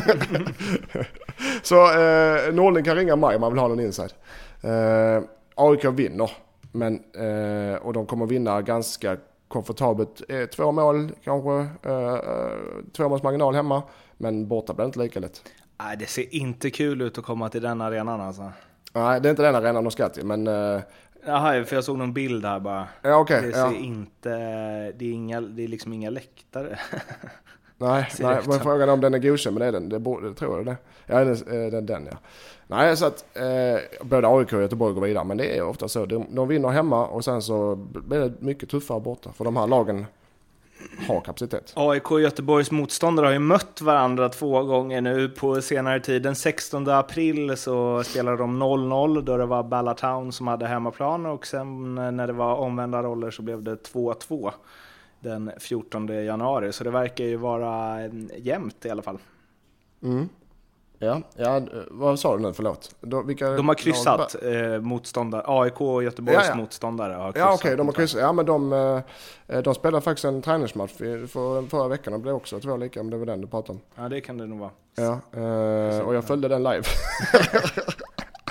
Så Norling kan ringa mig om man vill ha någon inside. AIK vinner, men och de kommer vinna ganska komfortabelt. 2 mål kanske, 2 måls marginal hemma, men borta blir inte lika lätt. Nej, det ser inte kul ut att komma till den arenan alltså. Nej, det är inte den arenan de ska till, men jaha, för jag såg någon bild här bara. Ja, okej. Det ser inte, det är liksom inga läktare. Nej, men frågan är om den är godkänd, men det är den. Det tror jag det. Ja, den ja. Nej, så att både AIK och Göteborg går vidare, men det är ofta så. De vinner hemma och sen så blir det mycket tuffare borta, för de här lagen har kapacitet. AIK och Göteborgs motståndare har ju mött varandra 2 gånger nu på senare tid. Den 16 april så spelade de 0-0 då det var Bella Town som hade hemmaplan, och sen när det var omvända roller så blev det 2-2 den 14 januari. Så det verkar ju vara jämnt i alla fall. Mm. Ja, vad sa du nu? Förlåt. De har kryssat motståndare. AIK och Göteborgs motståndare har kryssat. Ja, okej, de har kryssat. Ja, men de spelade faktiskt en träningsmatch förra veckan. Det blev också 2 lika, om det var den du pratade om. Ja, det kan det nog vara. Ja, och jag följde den live.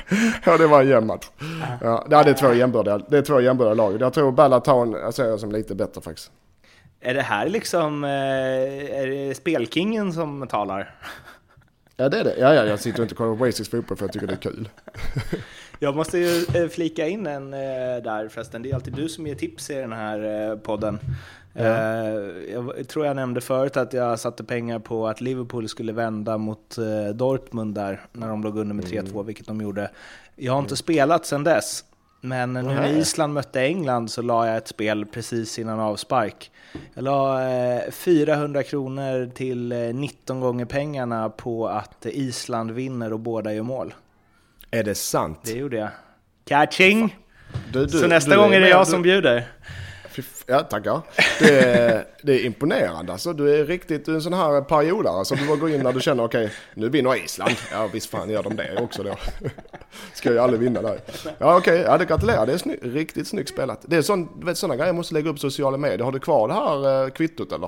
Ja, det var en jämn match. Ja, det är två jämbördiga lag. Jag tror Balaton jag ser som lite bättre faktiskt. Är det här liksom är det spelkingen som talar? Ja, det är det. Ja, jag sitter inte och kollar på Wasics fotboll för jag tycker det är kul. Jag måste ju flika in en där förresten. Det är alltid du som ger tips i den här podden. Jag tror jag nämnde förut att jag satte pengar på att Liverpool skulle vända mot Dortmund där när de låg under med 3-2, vilket de gjorde. Jag har inte spelat sedan dess, men nu när Island mötte England så la jag ett spel precis innan avspark. Jag la 400 kronor till 19 gånger pengarna på att Island vinner och båda gör mål. Är det sant? Det gjorde jag. Catching! Så nästa gång är det jag som bjuder. Ja, tackar. Det är imponerande. Alltså, du är en sån här periodare. Så du bara går in när du känner, okej, nu vinner Island. Ja, visst fan gör de det också då. Ska jag aldrig vinna där. Ja, okej. Ja, det gratulerar. Det är riktigt snyggt spelat. Det är sådana grejer jag måste lägga upp på sociala medier. Har du kvar det här kvittot eller?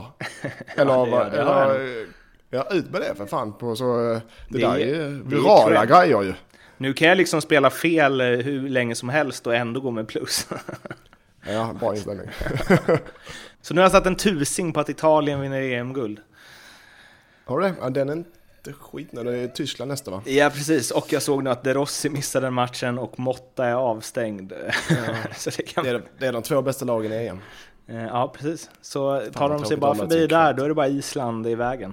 Ja, ut med det för fan. Det där är virala grejer ju. Nu kan jag liksom spela fel hur länge som helst och ändå gå med plus. Ja, bra inställning. Så nu har jag satt en tusing på att Italien vinner EM-guld. Har du det? Ja, den är inte skit när det är Tyskland nästa, va? Ja, precis. Och jag såg nu att De Rossi missade matchen och Motta är avstängd. Ja. Så det är de två bästa lagen i EM. Ja, precis. Så tar de sig bara förbi där, då är det bara Island i vägen.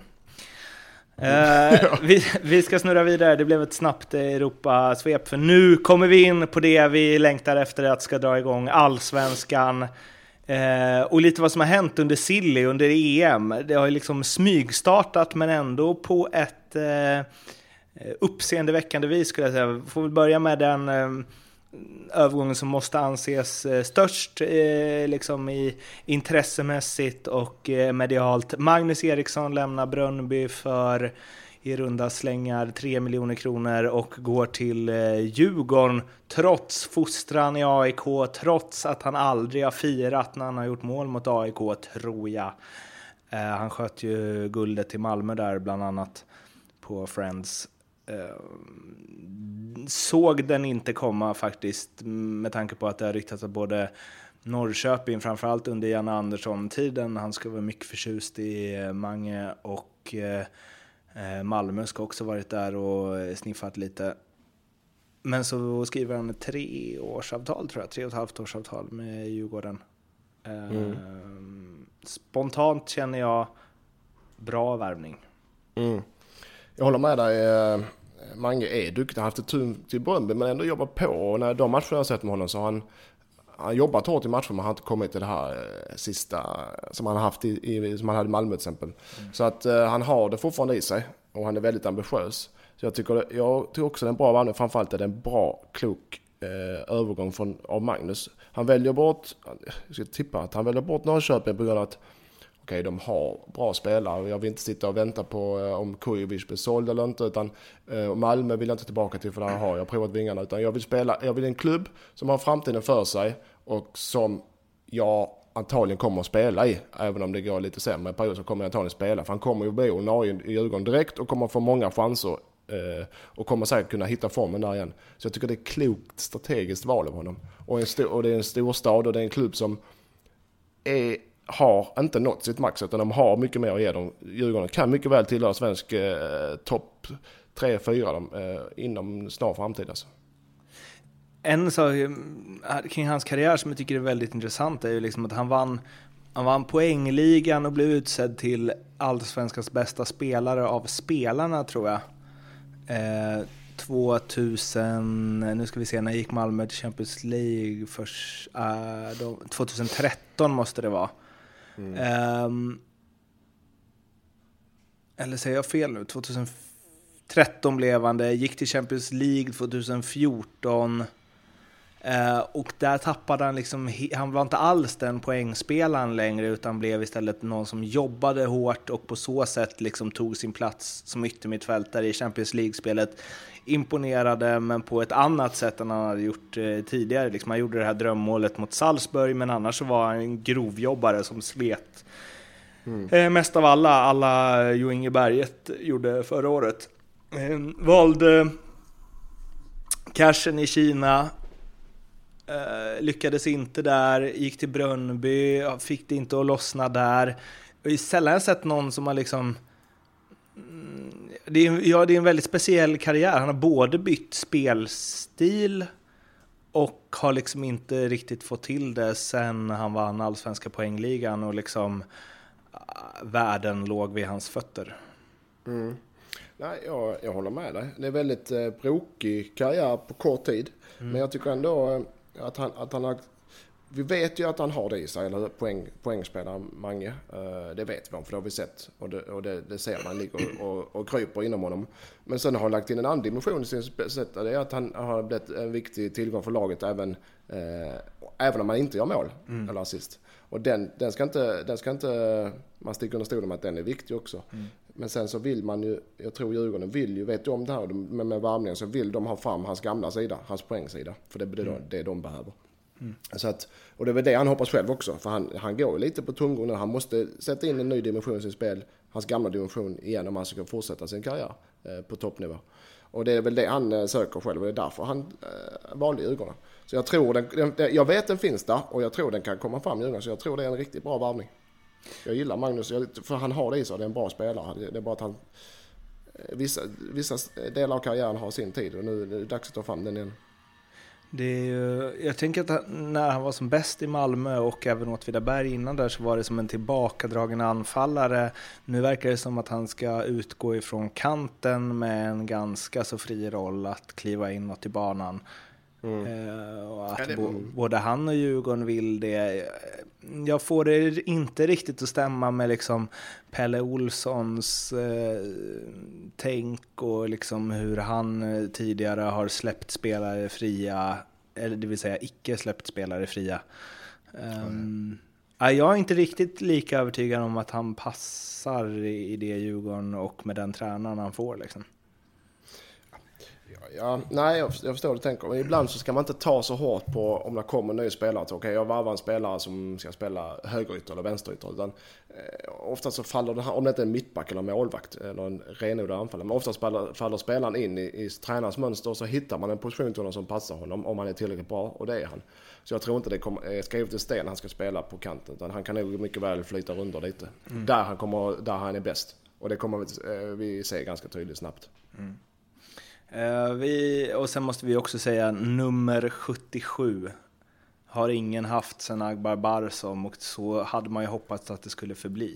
Vi ska snurra vidare. Det blev ett snabbt Europa-svep, för nu kommer vi in på det vi längtar efter att ska dra igång Allsvenskan och lite vad som har hänt under Silly, under EM. Det har ju liksom smygstartat men ändå på ett uppseendeväckande vis, skulle jag säga. Får vi börja med den övergången som måste anses störst liksom i intressemässigt och medialt. Magnus Eriksson lämnar Brönnby för i runda slängar 3 miljoner kronor och går till Djurgården trots fostran i AIK, trots att han aldrig har firat när han har gjort mål mot AIK, tror jag. Han sköt ju guldet till Malmö där bland annat på Friends. Såg den inte komma faktiskt, med tanke på att det har ryktats att både Norrköping, framförallt under Janne Andersson-tiden, han ska vara mycket förtjust i Mange, och Malmö ska också varit där och sniffat lite. Men så skriver han ett 3-årsavtal, tror jag, 3,5-årsavtal med Djurgården. Spontant känner jag bra värvning. Jag håller med dig. Mange är duktig, har haft ett tungt till Brönnby men ändå jobbar på. Och när de matcherna jag har sett med honom så har han jobbat hårt i matcher, men han har inte kommit till det här sista som han har haft som han hade i Malmö till exempel. Så att han har det fortfarande i sig och han är väldigt ambitiös. Så jag tycker också det är en bra värvning, framförallt är det en bra, klok övergång av Magnus. Han väljer bort, jag ska tippa att han väljer bort Norrköping på grund av att okej, de har bra spelare. Jag vill inte sitta och vänta på om Kujovic blir såld eller inte. Utan Malmö vill jag inte tillbaka till, för där har jag provat vingarna. Utan jag vill en klubb som har framtiden för sig och som jag antagligen kommer att spela i. Även om det går lite sämre period så kommer jag antagligen spela. För han kommer ju bli ordinarie i Djurgården direkt och kommer få många chanser. Och kommer säkert kunna hitta formen där igen. Så jag tycker det är klokt strategiskt val av honom. Och det är en stor stad och det är en klubb som har inte nått sitt max, utan de har mycket mer att ge dem. Djurgården kan mycket väl tillhöra svensk topp 3-4 inom snar framtid. Alltså. En sak kring hans karriär som jag tycker är väldigt intressant är ju liksom att han vann poängligan och blev utsedd till Allsvenskans bästa spelare av spelarna, tror jag. 2000, nu ska vi se, när gick Malmö till Champions League först, 2013 måste det vara. Eller säger jag fel nu? 2013 blev han det, gick till Champions League 2014 och där tappade han liksom, han var inte alls den poängspelaren längre, utan blev istället någon som jobbade hårt och på så sätt liksom tog sin plats som yttermittfältare i Champions League-spelet. Imponerade, men på ett annat sätt än han hade gjort tidigare. Liksom, han gjorde det här drömmålet mot Salzburg, men annars så var han en grovjobbare som slet mest av alla Jo Inge Berget gjorde förra året. Valde Cashen i Kina lyckades inte där, gick till Brönnby, fick det inte att lossna där. Jag har sällan sett någon som har liksom... Det är en väldigt speciell karriär. Han har både bytt spelstil och har liksom inte riktigt fått till det sen han vann allsvenska poängligan och liksom världen låg vid hans fötter. Mm. Nej, jag håller med dig. Det är väldigt brokig karriär på kort tid. Men jag tycker ändå att han har... Vi vet ju att han har det i sig, eller poängspelare Mange. Det vet vi om, för det har vi sett. Och det ser man ligger och kryper inom honom. Men sen har han lagt in en annan dimension i sin sätt. Det är att han har blivit en viktig tillgång för laget även om man inte gör mål eller assist. Och den ska inte man sticker under stolen med att den är viktig också. Men sen så vill man ju, jag tror Djurgården vill ju, vet du om det här med varvningen, så vill de ha fram hans gamla sida, hans poängsida. För det är det de behöver. Så att, och det är väl det han hoppas själv också, för han går lite på tomgång nu. Han måste sätta in en ny dimension i sin spel, hans gamla dimension igen, om han ska fortsätta sin karriär på toppnivå. Och det är väl det han söker själv, och det är därför han valde Djurgården. Så jag tror jag vet den finns där, och jag tror den kan komma fram i Djurgården, så jag tror det är en riktigt bra varvning. Jag gillar Magnus, för han har det i sig, det är en bra spelare. Det är bara att han vissa delar av karriären har sin tid, och nu är det dags att ta fram den igen. Det är ju, jag tänker att när han var som bäst i Malmö och även Åtvidaberg innan där, så var det som en tillbakadragen anfallare. Nu verkar det som att han ska utgå ifrån kanten med en ganska så fri roll att kliva inåt i banan. Och att både han och Djurgården vill det. Jag får det inte riktigt att stämma med liksom Pelle Olssons tänk och liksom hur han tidigare har släppt spelare fria, eller det vill säga icke släppt spelare fria. Jag är inte riktigt lika övertygad om att han passar i det Djurgården och med den tränaren han får liksom. Ja, nej, jag förstår vad du tänker. Men ibland så ska man inte ta så hårt på om det kommer en ny spelare. Okej, jag varvar en spelare som ska spela högerytter eller vänsterytter. Utan ofta så faller det här, om det inte är en mittback eller målvakt eller en renodlad anfallare. Men ofta faller spelaren in i tränarens mönster, och så hittar man en position till honom som passar honom om han är tillräckligt bra, och det är han. Så jag tror inte det är skrivet i sten han ska spela på kanten. Utan han kan nog mycket väl flyta runt lite. Där han är bäst. Och det kommer vi se ganska tydligt snabbt. Och sen måste vi också säga nummer 77 har ingen haft sen Agbar Barsom, och så hade man ju hoppats att det skulle förbli.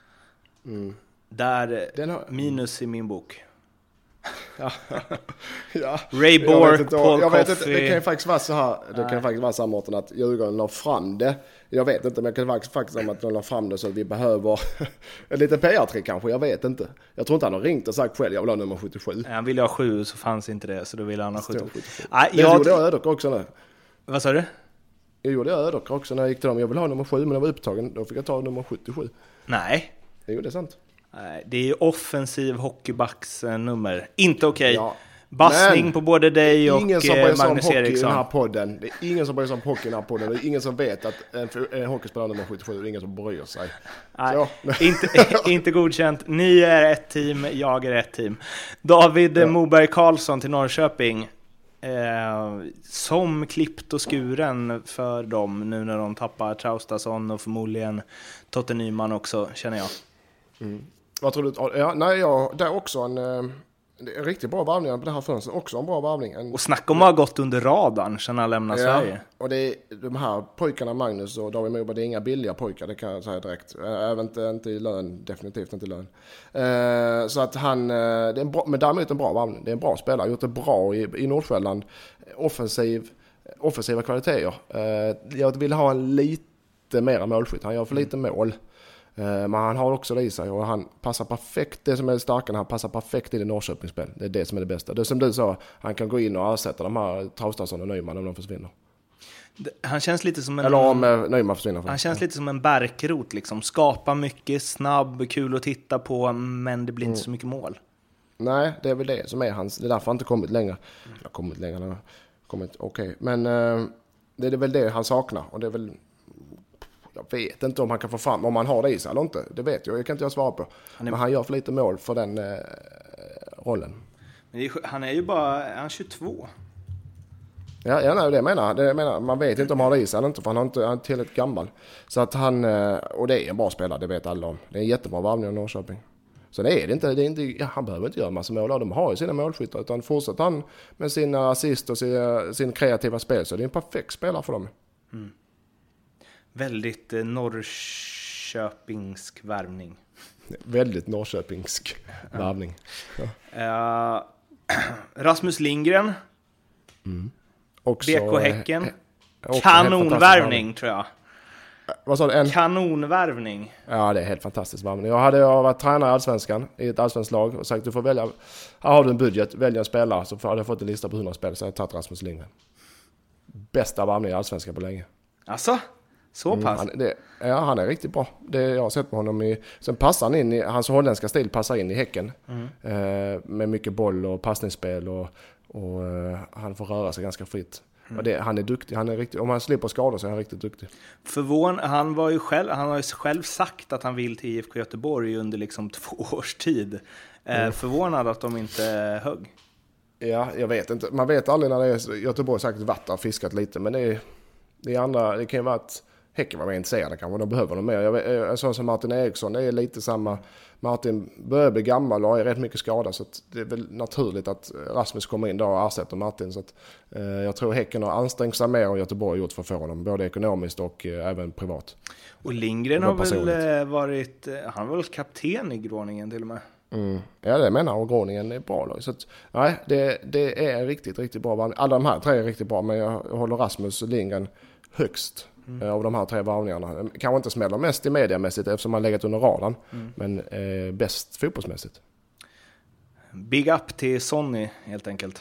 Där minus i min bok. Ja. Ray Bork, Paul jag vet Coffey. inte, det kan ju faktiskt vara så här. Det kan faktiskt vara så här, Mårten, att Djurgården la fram det. Jag vet inte, men det kan faktiskt om att de la fram det, så att vi behöver en liten PR-trick kanske. Jag vet inte. Jag tror inte han har ringt och sagt själv, jag vill ha nummer 77. Han ville ha 7, så fanns inte det, så då ville han ha 77. Det gjorde jag Ödok också nu. Vad sa du? Jag gjorde Ödok också när jag gick till dem. Jag vill ha nummer 7, men jag var upptagen. Då fick jag ta nummer 77. Nej. Jo, det är sant. Nej, det är ju offensiv hockeybacks nummer. Inte okej. Ja. Bassning på både dig och Ingen som bryr sig om Magnus hockey Eriksson. i den här podden. Det är ingen som bryr sig om hockey i den här podden. Det är ingen som vet att en hockeyspelare nummer 77, det är ingen som bryr sig. Nej, inte godkänt. Ni är ett team, jag är ett team. David Moberg Karlsson till Norrköping. Som klippt och skuren för dem nu när de tappar Traustason och förmodligen Totte Nyman också, känner jag. Vad tror du? Det är också en riktigt bra varvning på det här fönstret. Också en bra varvning. Och snacka om att ha gått under radarn sedan han lämnade Sverige. Och det är de här pojkarna, Magnus och David Moberg, det är inga billiga pojkar, det kan jag säga direkt. Även inte i lön, definitivt inte i lön. Så att han, det är en bra, men däremot en bra varvning. Det är en bra spelare, gjort det bra i Nordsjälland. Offensiva kvaliteter. Jag vill ha en lite mera målskytt. Han gör för lite mål. Men han har också det i sig, och han passar perfekt. Det som är starkare, han passar perfekt i det Norrköpingsspel. Det är det som är det bästa. Det som du sa, han kan gå in och ersätta de här Traustason och Nyman om de försvinner. Han känns lite som en... Eller om Nyman försvinner. Han känns lite som en Bärkrot liksom. Skapar mycket, snabb, kul att titta på, men det blir inte så mycket mål. Nej, det är väl det som är hans. Det är därför han inte kommit längre. Okej. Men det är väl det han saknar. Och det är väl... Jag vet inte om han kan få fram, om han har det i sig eller inte. Det vet jag kan inte jag svara på. Men han gör för lite mål för den rollen. Men han är ju bara, är han 22? Ja, nej, det menar man vet inte om han har is eller inte, för han är inte tillräckligt gammal. Så att han, och det är en bra spelare, det vet alla om. Det är en jättebra varvning av Norrköping. Så det är inte han behöver inte göra en massa mål, de har ju sina målskyttar, utan fortsätter han med sina assist och sin kreativa spel, så det är en perfekt spelare för dem. Mm. Väldigt norrköpingsk värvning. Väldigt norrköpingsk värvning. Ja. Rasmus Lindgren. Också, BK Häcken. Kanonvärvning tror jag. Vad sa du? Kanonvärvning. Ja, det är helt fantastiskt värvning. Jag varit tränare i Allsvenskan i ett allsvenskt lag och sagt du får välja, här har du en budget, välja en spelare, så hade jag fått en lista på 100 spelare, så jag har tagit Rasmus Lindgren. Bästa värvning i Allsvenskan på länge. Alltså? Så pass? Han är riktigt bra. Jag har sett på honom sen passar han in i, hans holländska stil passar in i Häcken. Med mycket boll och passningsspel och han får röra sig ganska fritt. Och han är duktig, han är riktigt, om han slipper skada så är han riktigt duktig. Han har ju själv sagt att han vill till IFK Göteborg under liksom 2 års tid. Förvånad att de inte högg. Ja, jag vet inte. Man vet aldrig när det är Göteborg säkert varit och fiskat lite, men det kan ju vara att Häcken var mer intresserade kanske, de behöver dem mer. Jag sa som Martin Eriksson, det är lite samma. Martin börjar bli gammal och har rätt mycket skada, så att det är väl naturligt att Rasmus kommer in då och ersätter Martin. Så att, jag tror Häcken har ansträngt sig mer än Göteborg gjort för att få honom, både ekonomiskt och även privat. Och Lindgren har väl varit, han var väl kapten i Groningen till och med. Ja, det menar jag, och Groningen är bra lag. Så att, nej, det är riktigt, riktigt bra. Alla de här 3 är riktigt bra, men jag håller Rasmus och Lindgren högst av de här 3 varvningarna. Kanske inte smäller mest i mediamässigt eftersom man legat under radarn, men bäst fotbollsmässigt. Big up till Sonny helt enkelt.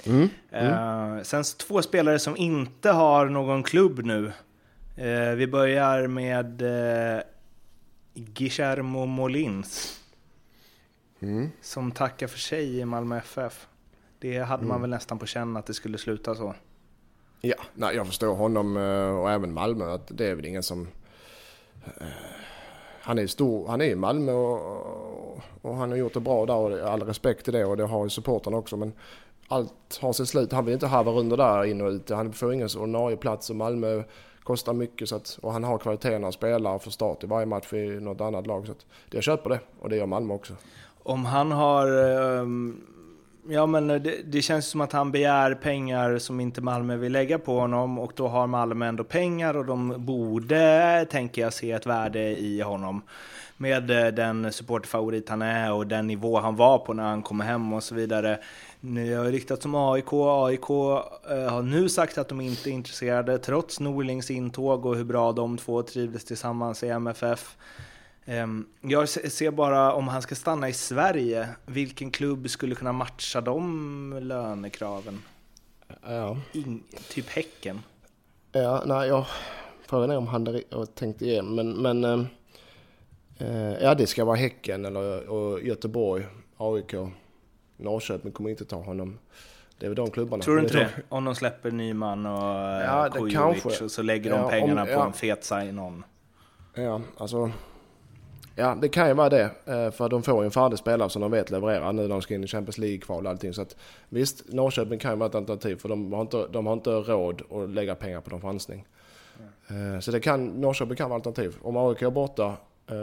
Sen 2 spelare som inte har någon klubb nu. Vi börjar med Guillermo Molins. Som tackar för sig i Malmö FF. Det hade man väl nästan på känn att det skulle sluta så. Ja, nej, jag förstår honom och även Malmö att det är väl ingen som... Han är stor, han är i Malmö och han har gjort det bra där och all respekt till det, och det har ju supportarna också, men allt har sitt slut. Han vill inte harva runder där in och ut. Han får ingen ordinarie plats och Malmö kostar mycket, så att, och han har kvaliteterna att spela för start i varje match i något annat lag, så att jag köper det, och det gör Malmö också. Om han har... Ja, men det känns som att han begär pengar som inte Malmö vill lägga på honom, och då har Malmö ändå pengar och de borde, tänker jag, se ett värde i honom med den supporterfavorit han är och den nivå han var på när han kom hem och så vidare. Nu har riktat som AIK har nu sagt att de inte är intresserade trots Norlings intåg och hur bra de 2 trivdes tillsammans i MFF. Jag ser bara, om han ska stanna i Sverige, vilken klubb skulle kunna matcha de lönekraven? Ja. Typ Häcken. Ja, nej, jag frågar ner om han har tänkt igen, men ja, det ska vara Häcken och Göteborg, AIK. Norrköping kommer inte ta honom. Det är väl de klubbarna. Tror du inte det? Om de släpper Nyman och Kujovic och så lägger de pengarna på en fet sign-on. Ja, alltså... Ja, det kan ju vara det. För de får ju en färdig spelare som de vet leverera nu när de ska in i Champions League-kval och allting. Så att, visst, Norrköping kan ju vara ett alternativ, för de har inte råd att lägga pengar på någon chansning. Så Norrköping kan vara alternativ. Om AIK är borta,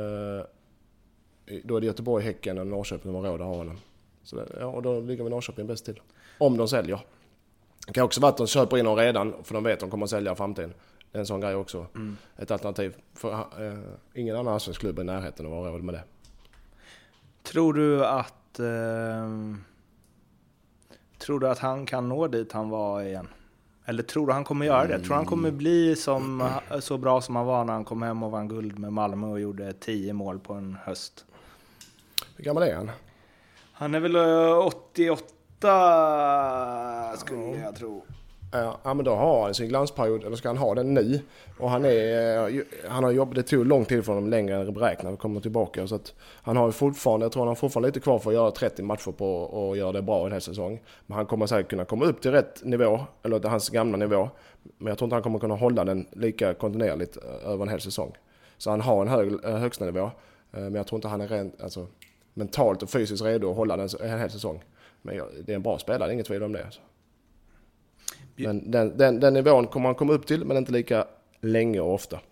då är det Göteborg, Häcken och Norrköping som har råd att ha honom. Så och då ligger vi Norrköping bäst till. Om de säljer. Det kan också vara att de köper in dem redan, för de vet att de kommer att sälja i framtiden. Det är en sån grej också. Ett alternativ. För ingen annan allsvensk klubb i närheten av att ha råd med det. Tror du att han kan nå dit han var igen? Eller tror du han kommer göra det? Tror du han kommer bli så bra som han var när han kom hem och vann guld med Malmö och gjorde 10 mål på en höst? Hur gammal är han? Han är väl 88 skulle jag tro. Ja, men då har han sin glansperiod, eller ska han ha den nu? Och han har jobbat, det tog lång tid för honom, längre än beräknat, att komma tillbaka. Så att han har fortfarande, jag tror han har fortfarande lite kvar för att göra 30 matcher på och göra det bra i den här säsongen. Men han kommer säkert kunna komma upp till rätt nivå, eller till hans gamla nivå. Men jag tror inte han kommer kunna hålla den lika kontinuerligt över en hel säsong. Så han har en högsta nivå, men jag tror inte han är rent, alltså, mentalt och fysiskt redo att hålla den en hel säsong. Men det är en bra spelare, inget tvivel om det. Alltså. Men den nivån kommer han komma upp till, men inte lika länge och ofta.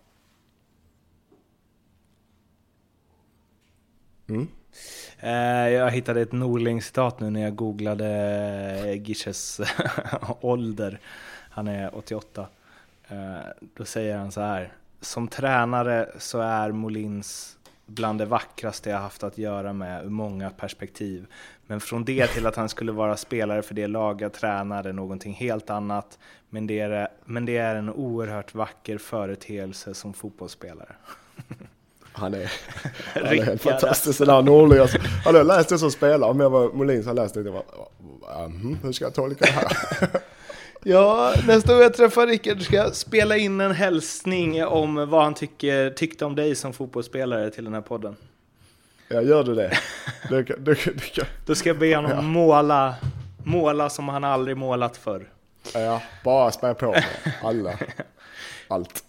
Jag hittade ett Norling-citat nu när jag googlade Gisches ålder. Han är 88. Då säger han så här: som tränare så är Molins bland det vackraste jag haft att göra med ur många perspektiv. Men från det till att han skulle vara spelare för det lag jag tränade någonting helt annat. Men det är en oerhört vacker företeelse som fotbollsspelare. Han är helt fantastisk. Norling. Hade jag läst det som spelare, om jag var Molins hade läst det, jag var, hur ska jag tolka det här? Ja, nästa gång jag träffar Rickard ska jag spela in en hälsning om vad han tyckte om dig som fotbollsspelare till den här podden. Jag gör det. Då ska jag be honom måla som han aldrig målat förr. Ja, bara spä på med allt.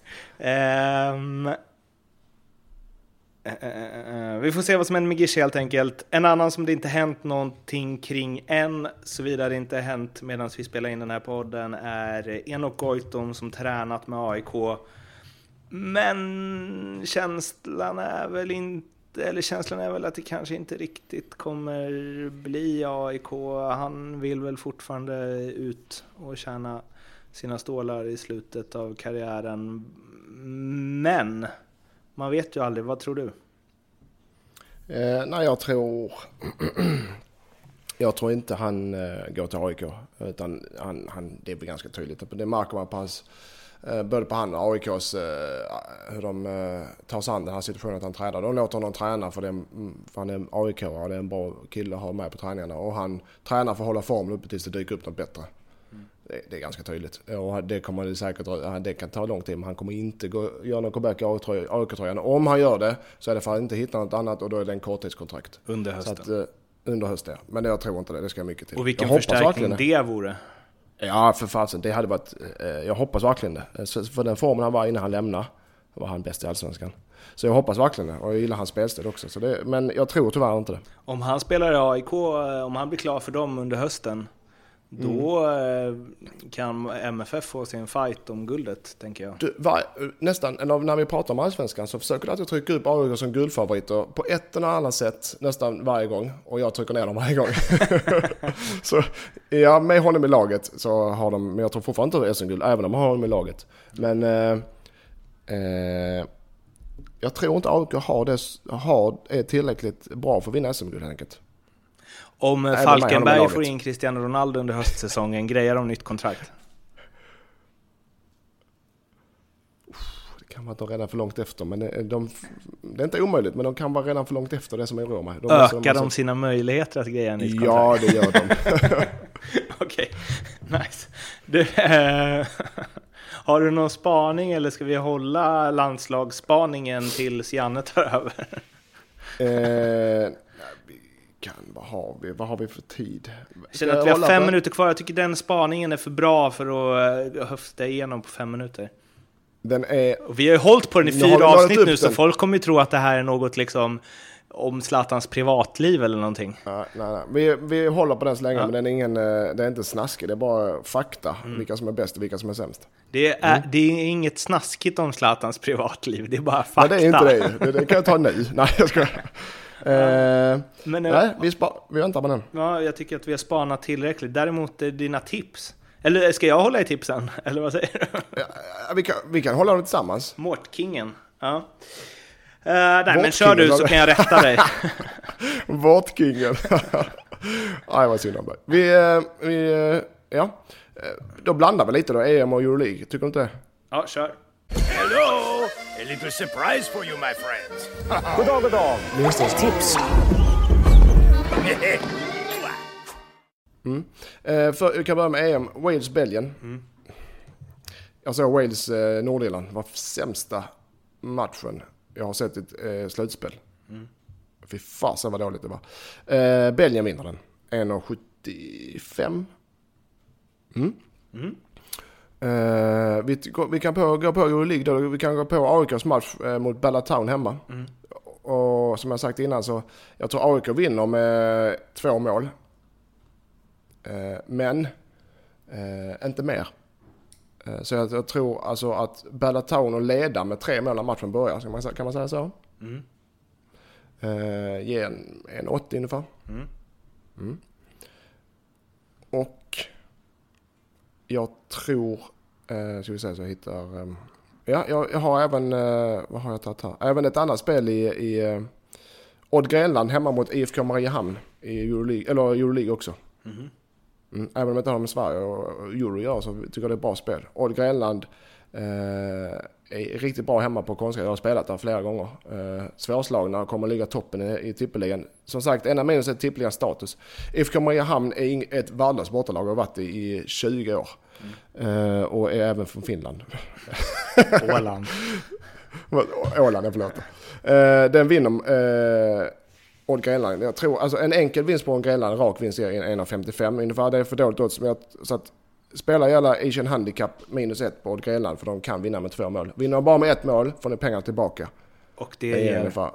Vi får se vad som händer med Gish helt enkelt. En annan som det inte hänt någonting kring än, såvida det inte hänt medan vi spelar in den här podden, är Enok Goitom som tränat med AIK. Men känslan är väl att det kanske inte riktigt kommer bli AIK. Han vill väl fortfarande ut och tjäna sina stålar i slutet av karriären. Men man vet ju aldrig. Vad tror du? Nej, jag tror inte han går till AIK, utan det är väl ganska tydligt. Det märker man på hans både på han och AIKs hur de tar sig an den här situationen att han tränar. De låter honom träna för han är AIK och det är en bra kille att ha med på träningarna, och han tränar för att hålla formen uppe tills det dyker upp något bättre. Det är ganska tydligt. Och det kommer det säkert, det kan ta lång tid, men han kommer inte göra någon comeback i AIK-tröjan. Om han gör det så är det för att inte hitta något annat, och då är det en korttidskontrakt. Under hösten. Så att, under hösten, ja. Men jag tror inte det ska mycket till. Och vilken förstärkning det vore. Ja, för fasen. Det hade varit, jag hoppas verkligen det. För den formen han var innan han lämnade var han bäst i Allsvenskan. Så jag hoppas verkligen det. Och jag gillar hans spelstil också. Men jag tror tyvärr inte det. Om han spelar i AIK, om han blir klar för dem under hösten, då kan MFF få sin fight om guldet, tänker jag. Nästan, när vi pratar om Allsvenskan så försöker du alltid trycka upp AIK som guldfavoriter på ett eller annat sätt nästan varje gång. Och jag trycker ner dem varje gång. Så ja, med honom i laget så har de, men jag tror fortfarande inte SM-guld, även om de har honom i laget. Men jag tror inte AIK är tillräckligt bra för att vinna SM-guld helt enkelt. Om Falkenberg får in Cristiano Ronaldo under höstsäsongen, grejer de nytt kontrakt? Det kan vara att de redan för långt efter, men det är inte omöjligt, men de kan vara redan för långt efter det som är Roma. Ökar de sina möjligheter att greja nytt kontrakt? Ja, det gör de. Okej, nice. Har du någon spaning, eller ska vi hålla landslagsspaningen tills Janne tar över? Vad har vi för tid? Jag känner att vi har 5 minuter kvar. Jag tycker den spaningen är för bra för att höfta igenom på 5 minuter. Och vi har ju hållit på den i 4 avsnitt nu, så folk kommer ju tro att det här är något liksom om Zlatans privatliv eller någonting. Nej. Vi håller på den så länge, men det är inte snaskigt. Det är bara fakta. Vilka som är bäst och vilka som är sämst. Det är inget snaskigt om Zlatans privatliv. Det är bara fakta. Nej, det är inte det. Det kan jag ta nu. Nej, jag ska... vi väntar på den. Ja, jag tycker att vi har spanat tillräckligt. Däremot dina tips. Eller ska jag hålla i tipsen? Eller vad säger du? Vi kan hålla dem tillsammans. Mårtkingen. Ja. Nej, men kör du så kan jag rätta dig. Mårtkingen. Aj, vad synd om dig. Då blandar vi lite då, EM och Euroleague. Tycker du inte det? Ja, kör. Hello! A little surprise for you, my friends. God dag. Lyssnars tips. Vi kan börja med EM. Wales-Belgien. Jag såg Wales-Nordirland. Det var sämsta matchen jag har sett ett slutspel. Fy fasen vad dåligt det var. Belgien vinner den. 1,75. Vi kan gå på Euroleague då. Vi kan gå på AIKs match mot Bella Town hemma. Och som jag sagt innan, så jag tror AIK vinner med 2 mål. Men inte mer. Så jag tror alltså att Bellatown och leda med 3 mål när matchen börjar, kan man säga så? Ge en 80 ungefär. Och jag tror, ska vi säga så jag hittar, jag har även, vad har jag tagit här? Även ett annat spel i Odd Grenland hemma mot IFK Mariehamn i Euroleague också. Även om jag inte har med Sverige och Euro gör så tycker jag det är ett bra spel. Odd Grenland är riktigt bra hemma på konstgräs. Jag har spelat där flera gånger. Svårslagna kommer att ligga toppen i tippeligan. Som sagt, ena minus är tippeligan status. IFK Mariehamn är ett värdelöst bortalag och har varit i 20 år. Och är även från Finland. Åland. Åland, förlåt. Den vinner Odd Grenland. Jag tror, alltså en enkel vinst på Odd Grenland, en rak vinst är 1,55 ungefär. Det är för dåligt åt så att spela hela Asian Handicap -1 på Odd Grenland för de kan vinna med 2 mål. Vinner bara med 1 mål får ni pengar tillbaka. Och det är ungefär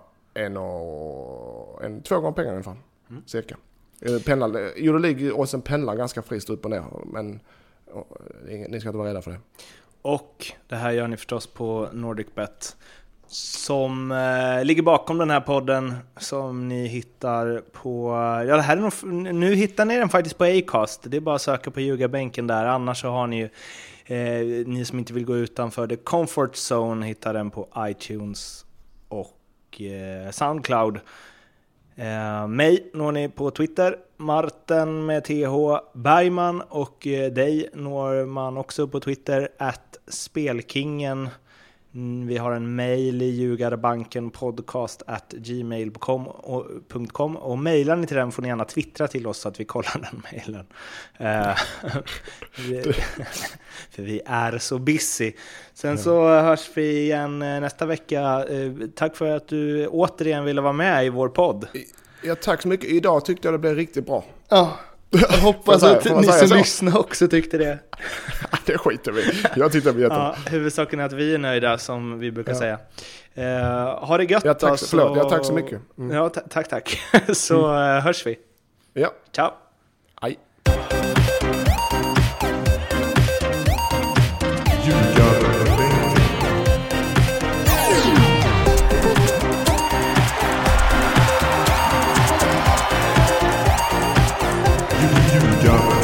2 gånger pengar ungefär. Cirka. Euroleague och sen pendlar ganska friskt upp och ner, men ni ska inte vara rädda för det. Och det här gör ni förstås på NordicBet som ligger bakom den här podden som ni hittar på, ja det här är nog, nu hittar ni den faktiskt på Acast, det är bara att söka på Ljugarbänken där, annars så har ni ju ni som inte vill gå utanför The Comfort Zone hittar den på iTunes och Soundcloud. Mig når ni på Twitter, Martin med TH Bergman, och dig når man också på Twitter @spelkingen. Vi har en mail i ljugarbankenpodcast@gmail.com och mejlar ni till den får ni gärna twittra till oss så att vi kollar den mejlen. För vi är så busy. Sen så hörs vi igen nästa vecka. Tack för att du återigen ville vara med i vår podd. Ja, tack så mycket. Idag tyckte jag det blev riktigt bra. Ja. Jag hoppas att ni som lyssnar också tyckte det. Det skiter vi. Jag tyckte det blev jättebra. Huvudsaken är att vi är nöjda, som vi brukar säga. Ha det gött. Ja, tack, tack så mycket. Ja, tack. Så hörs vi. Ja. Ciao. Hej. Ljugarbänken.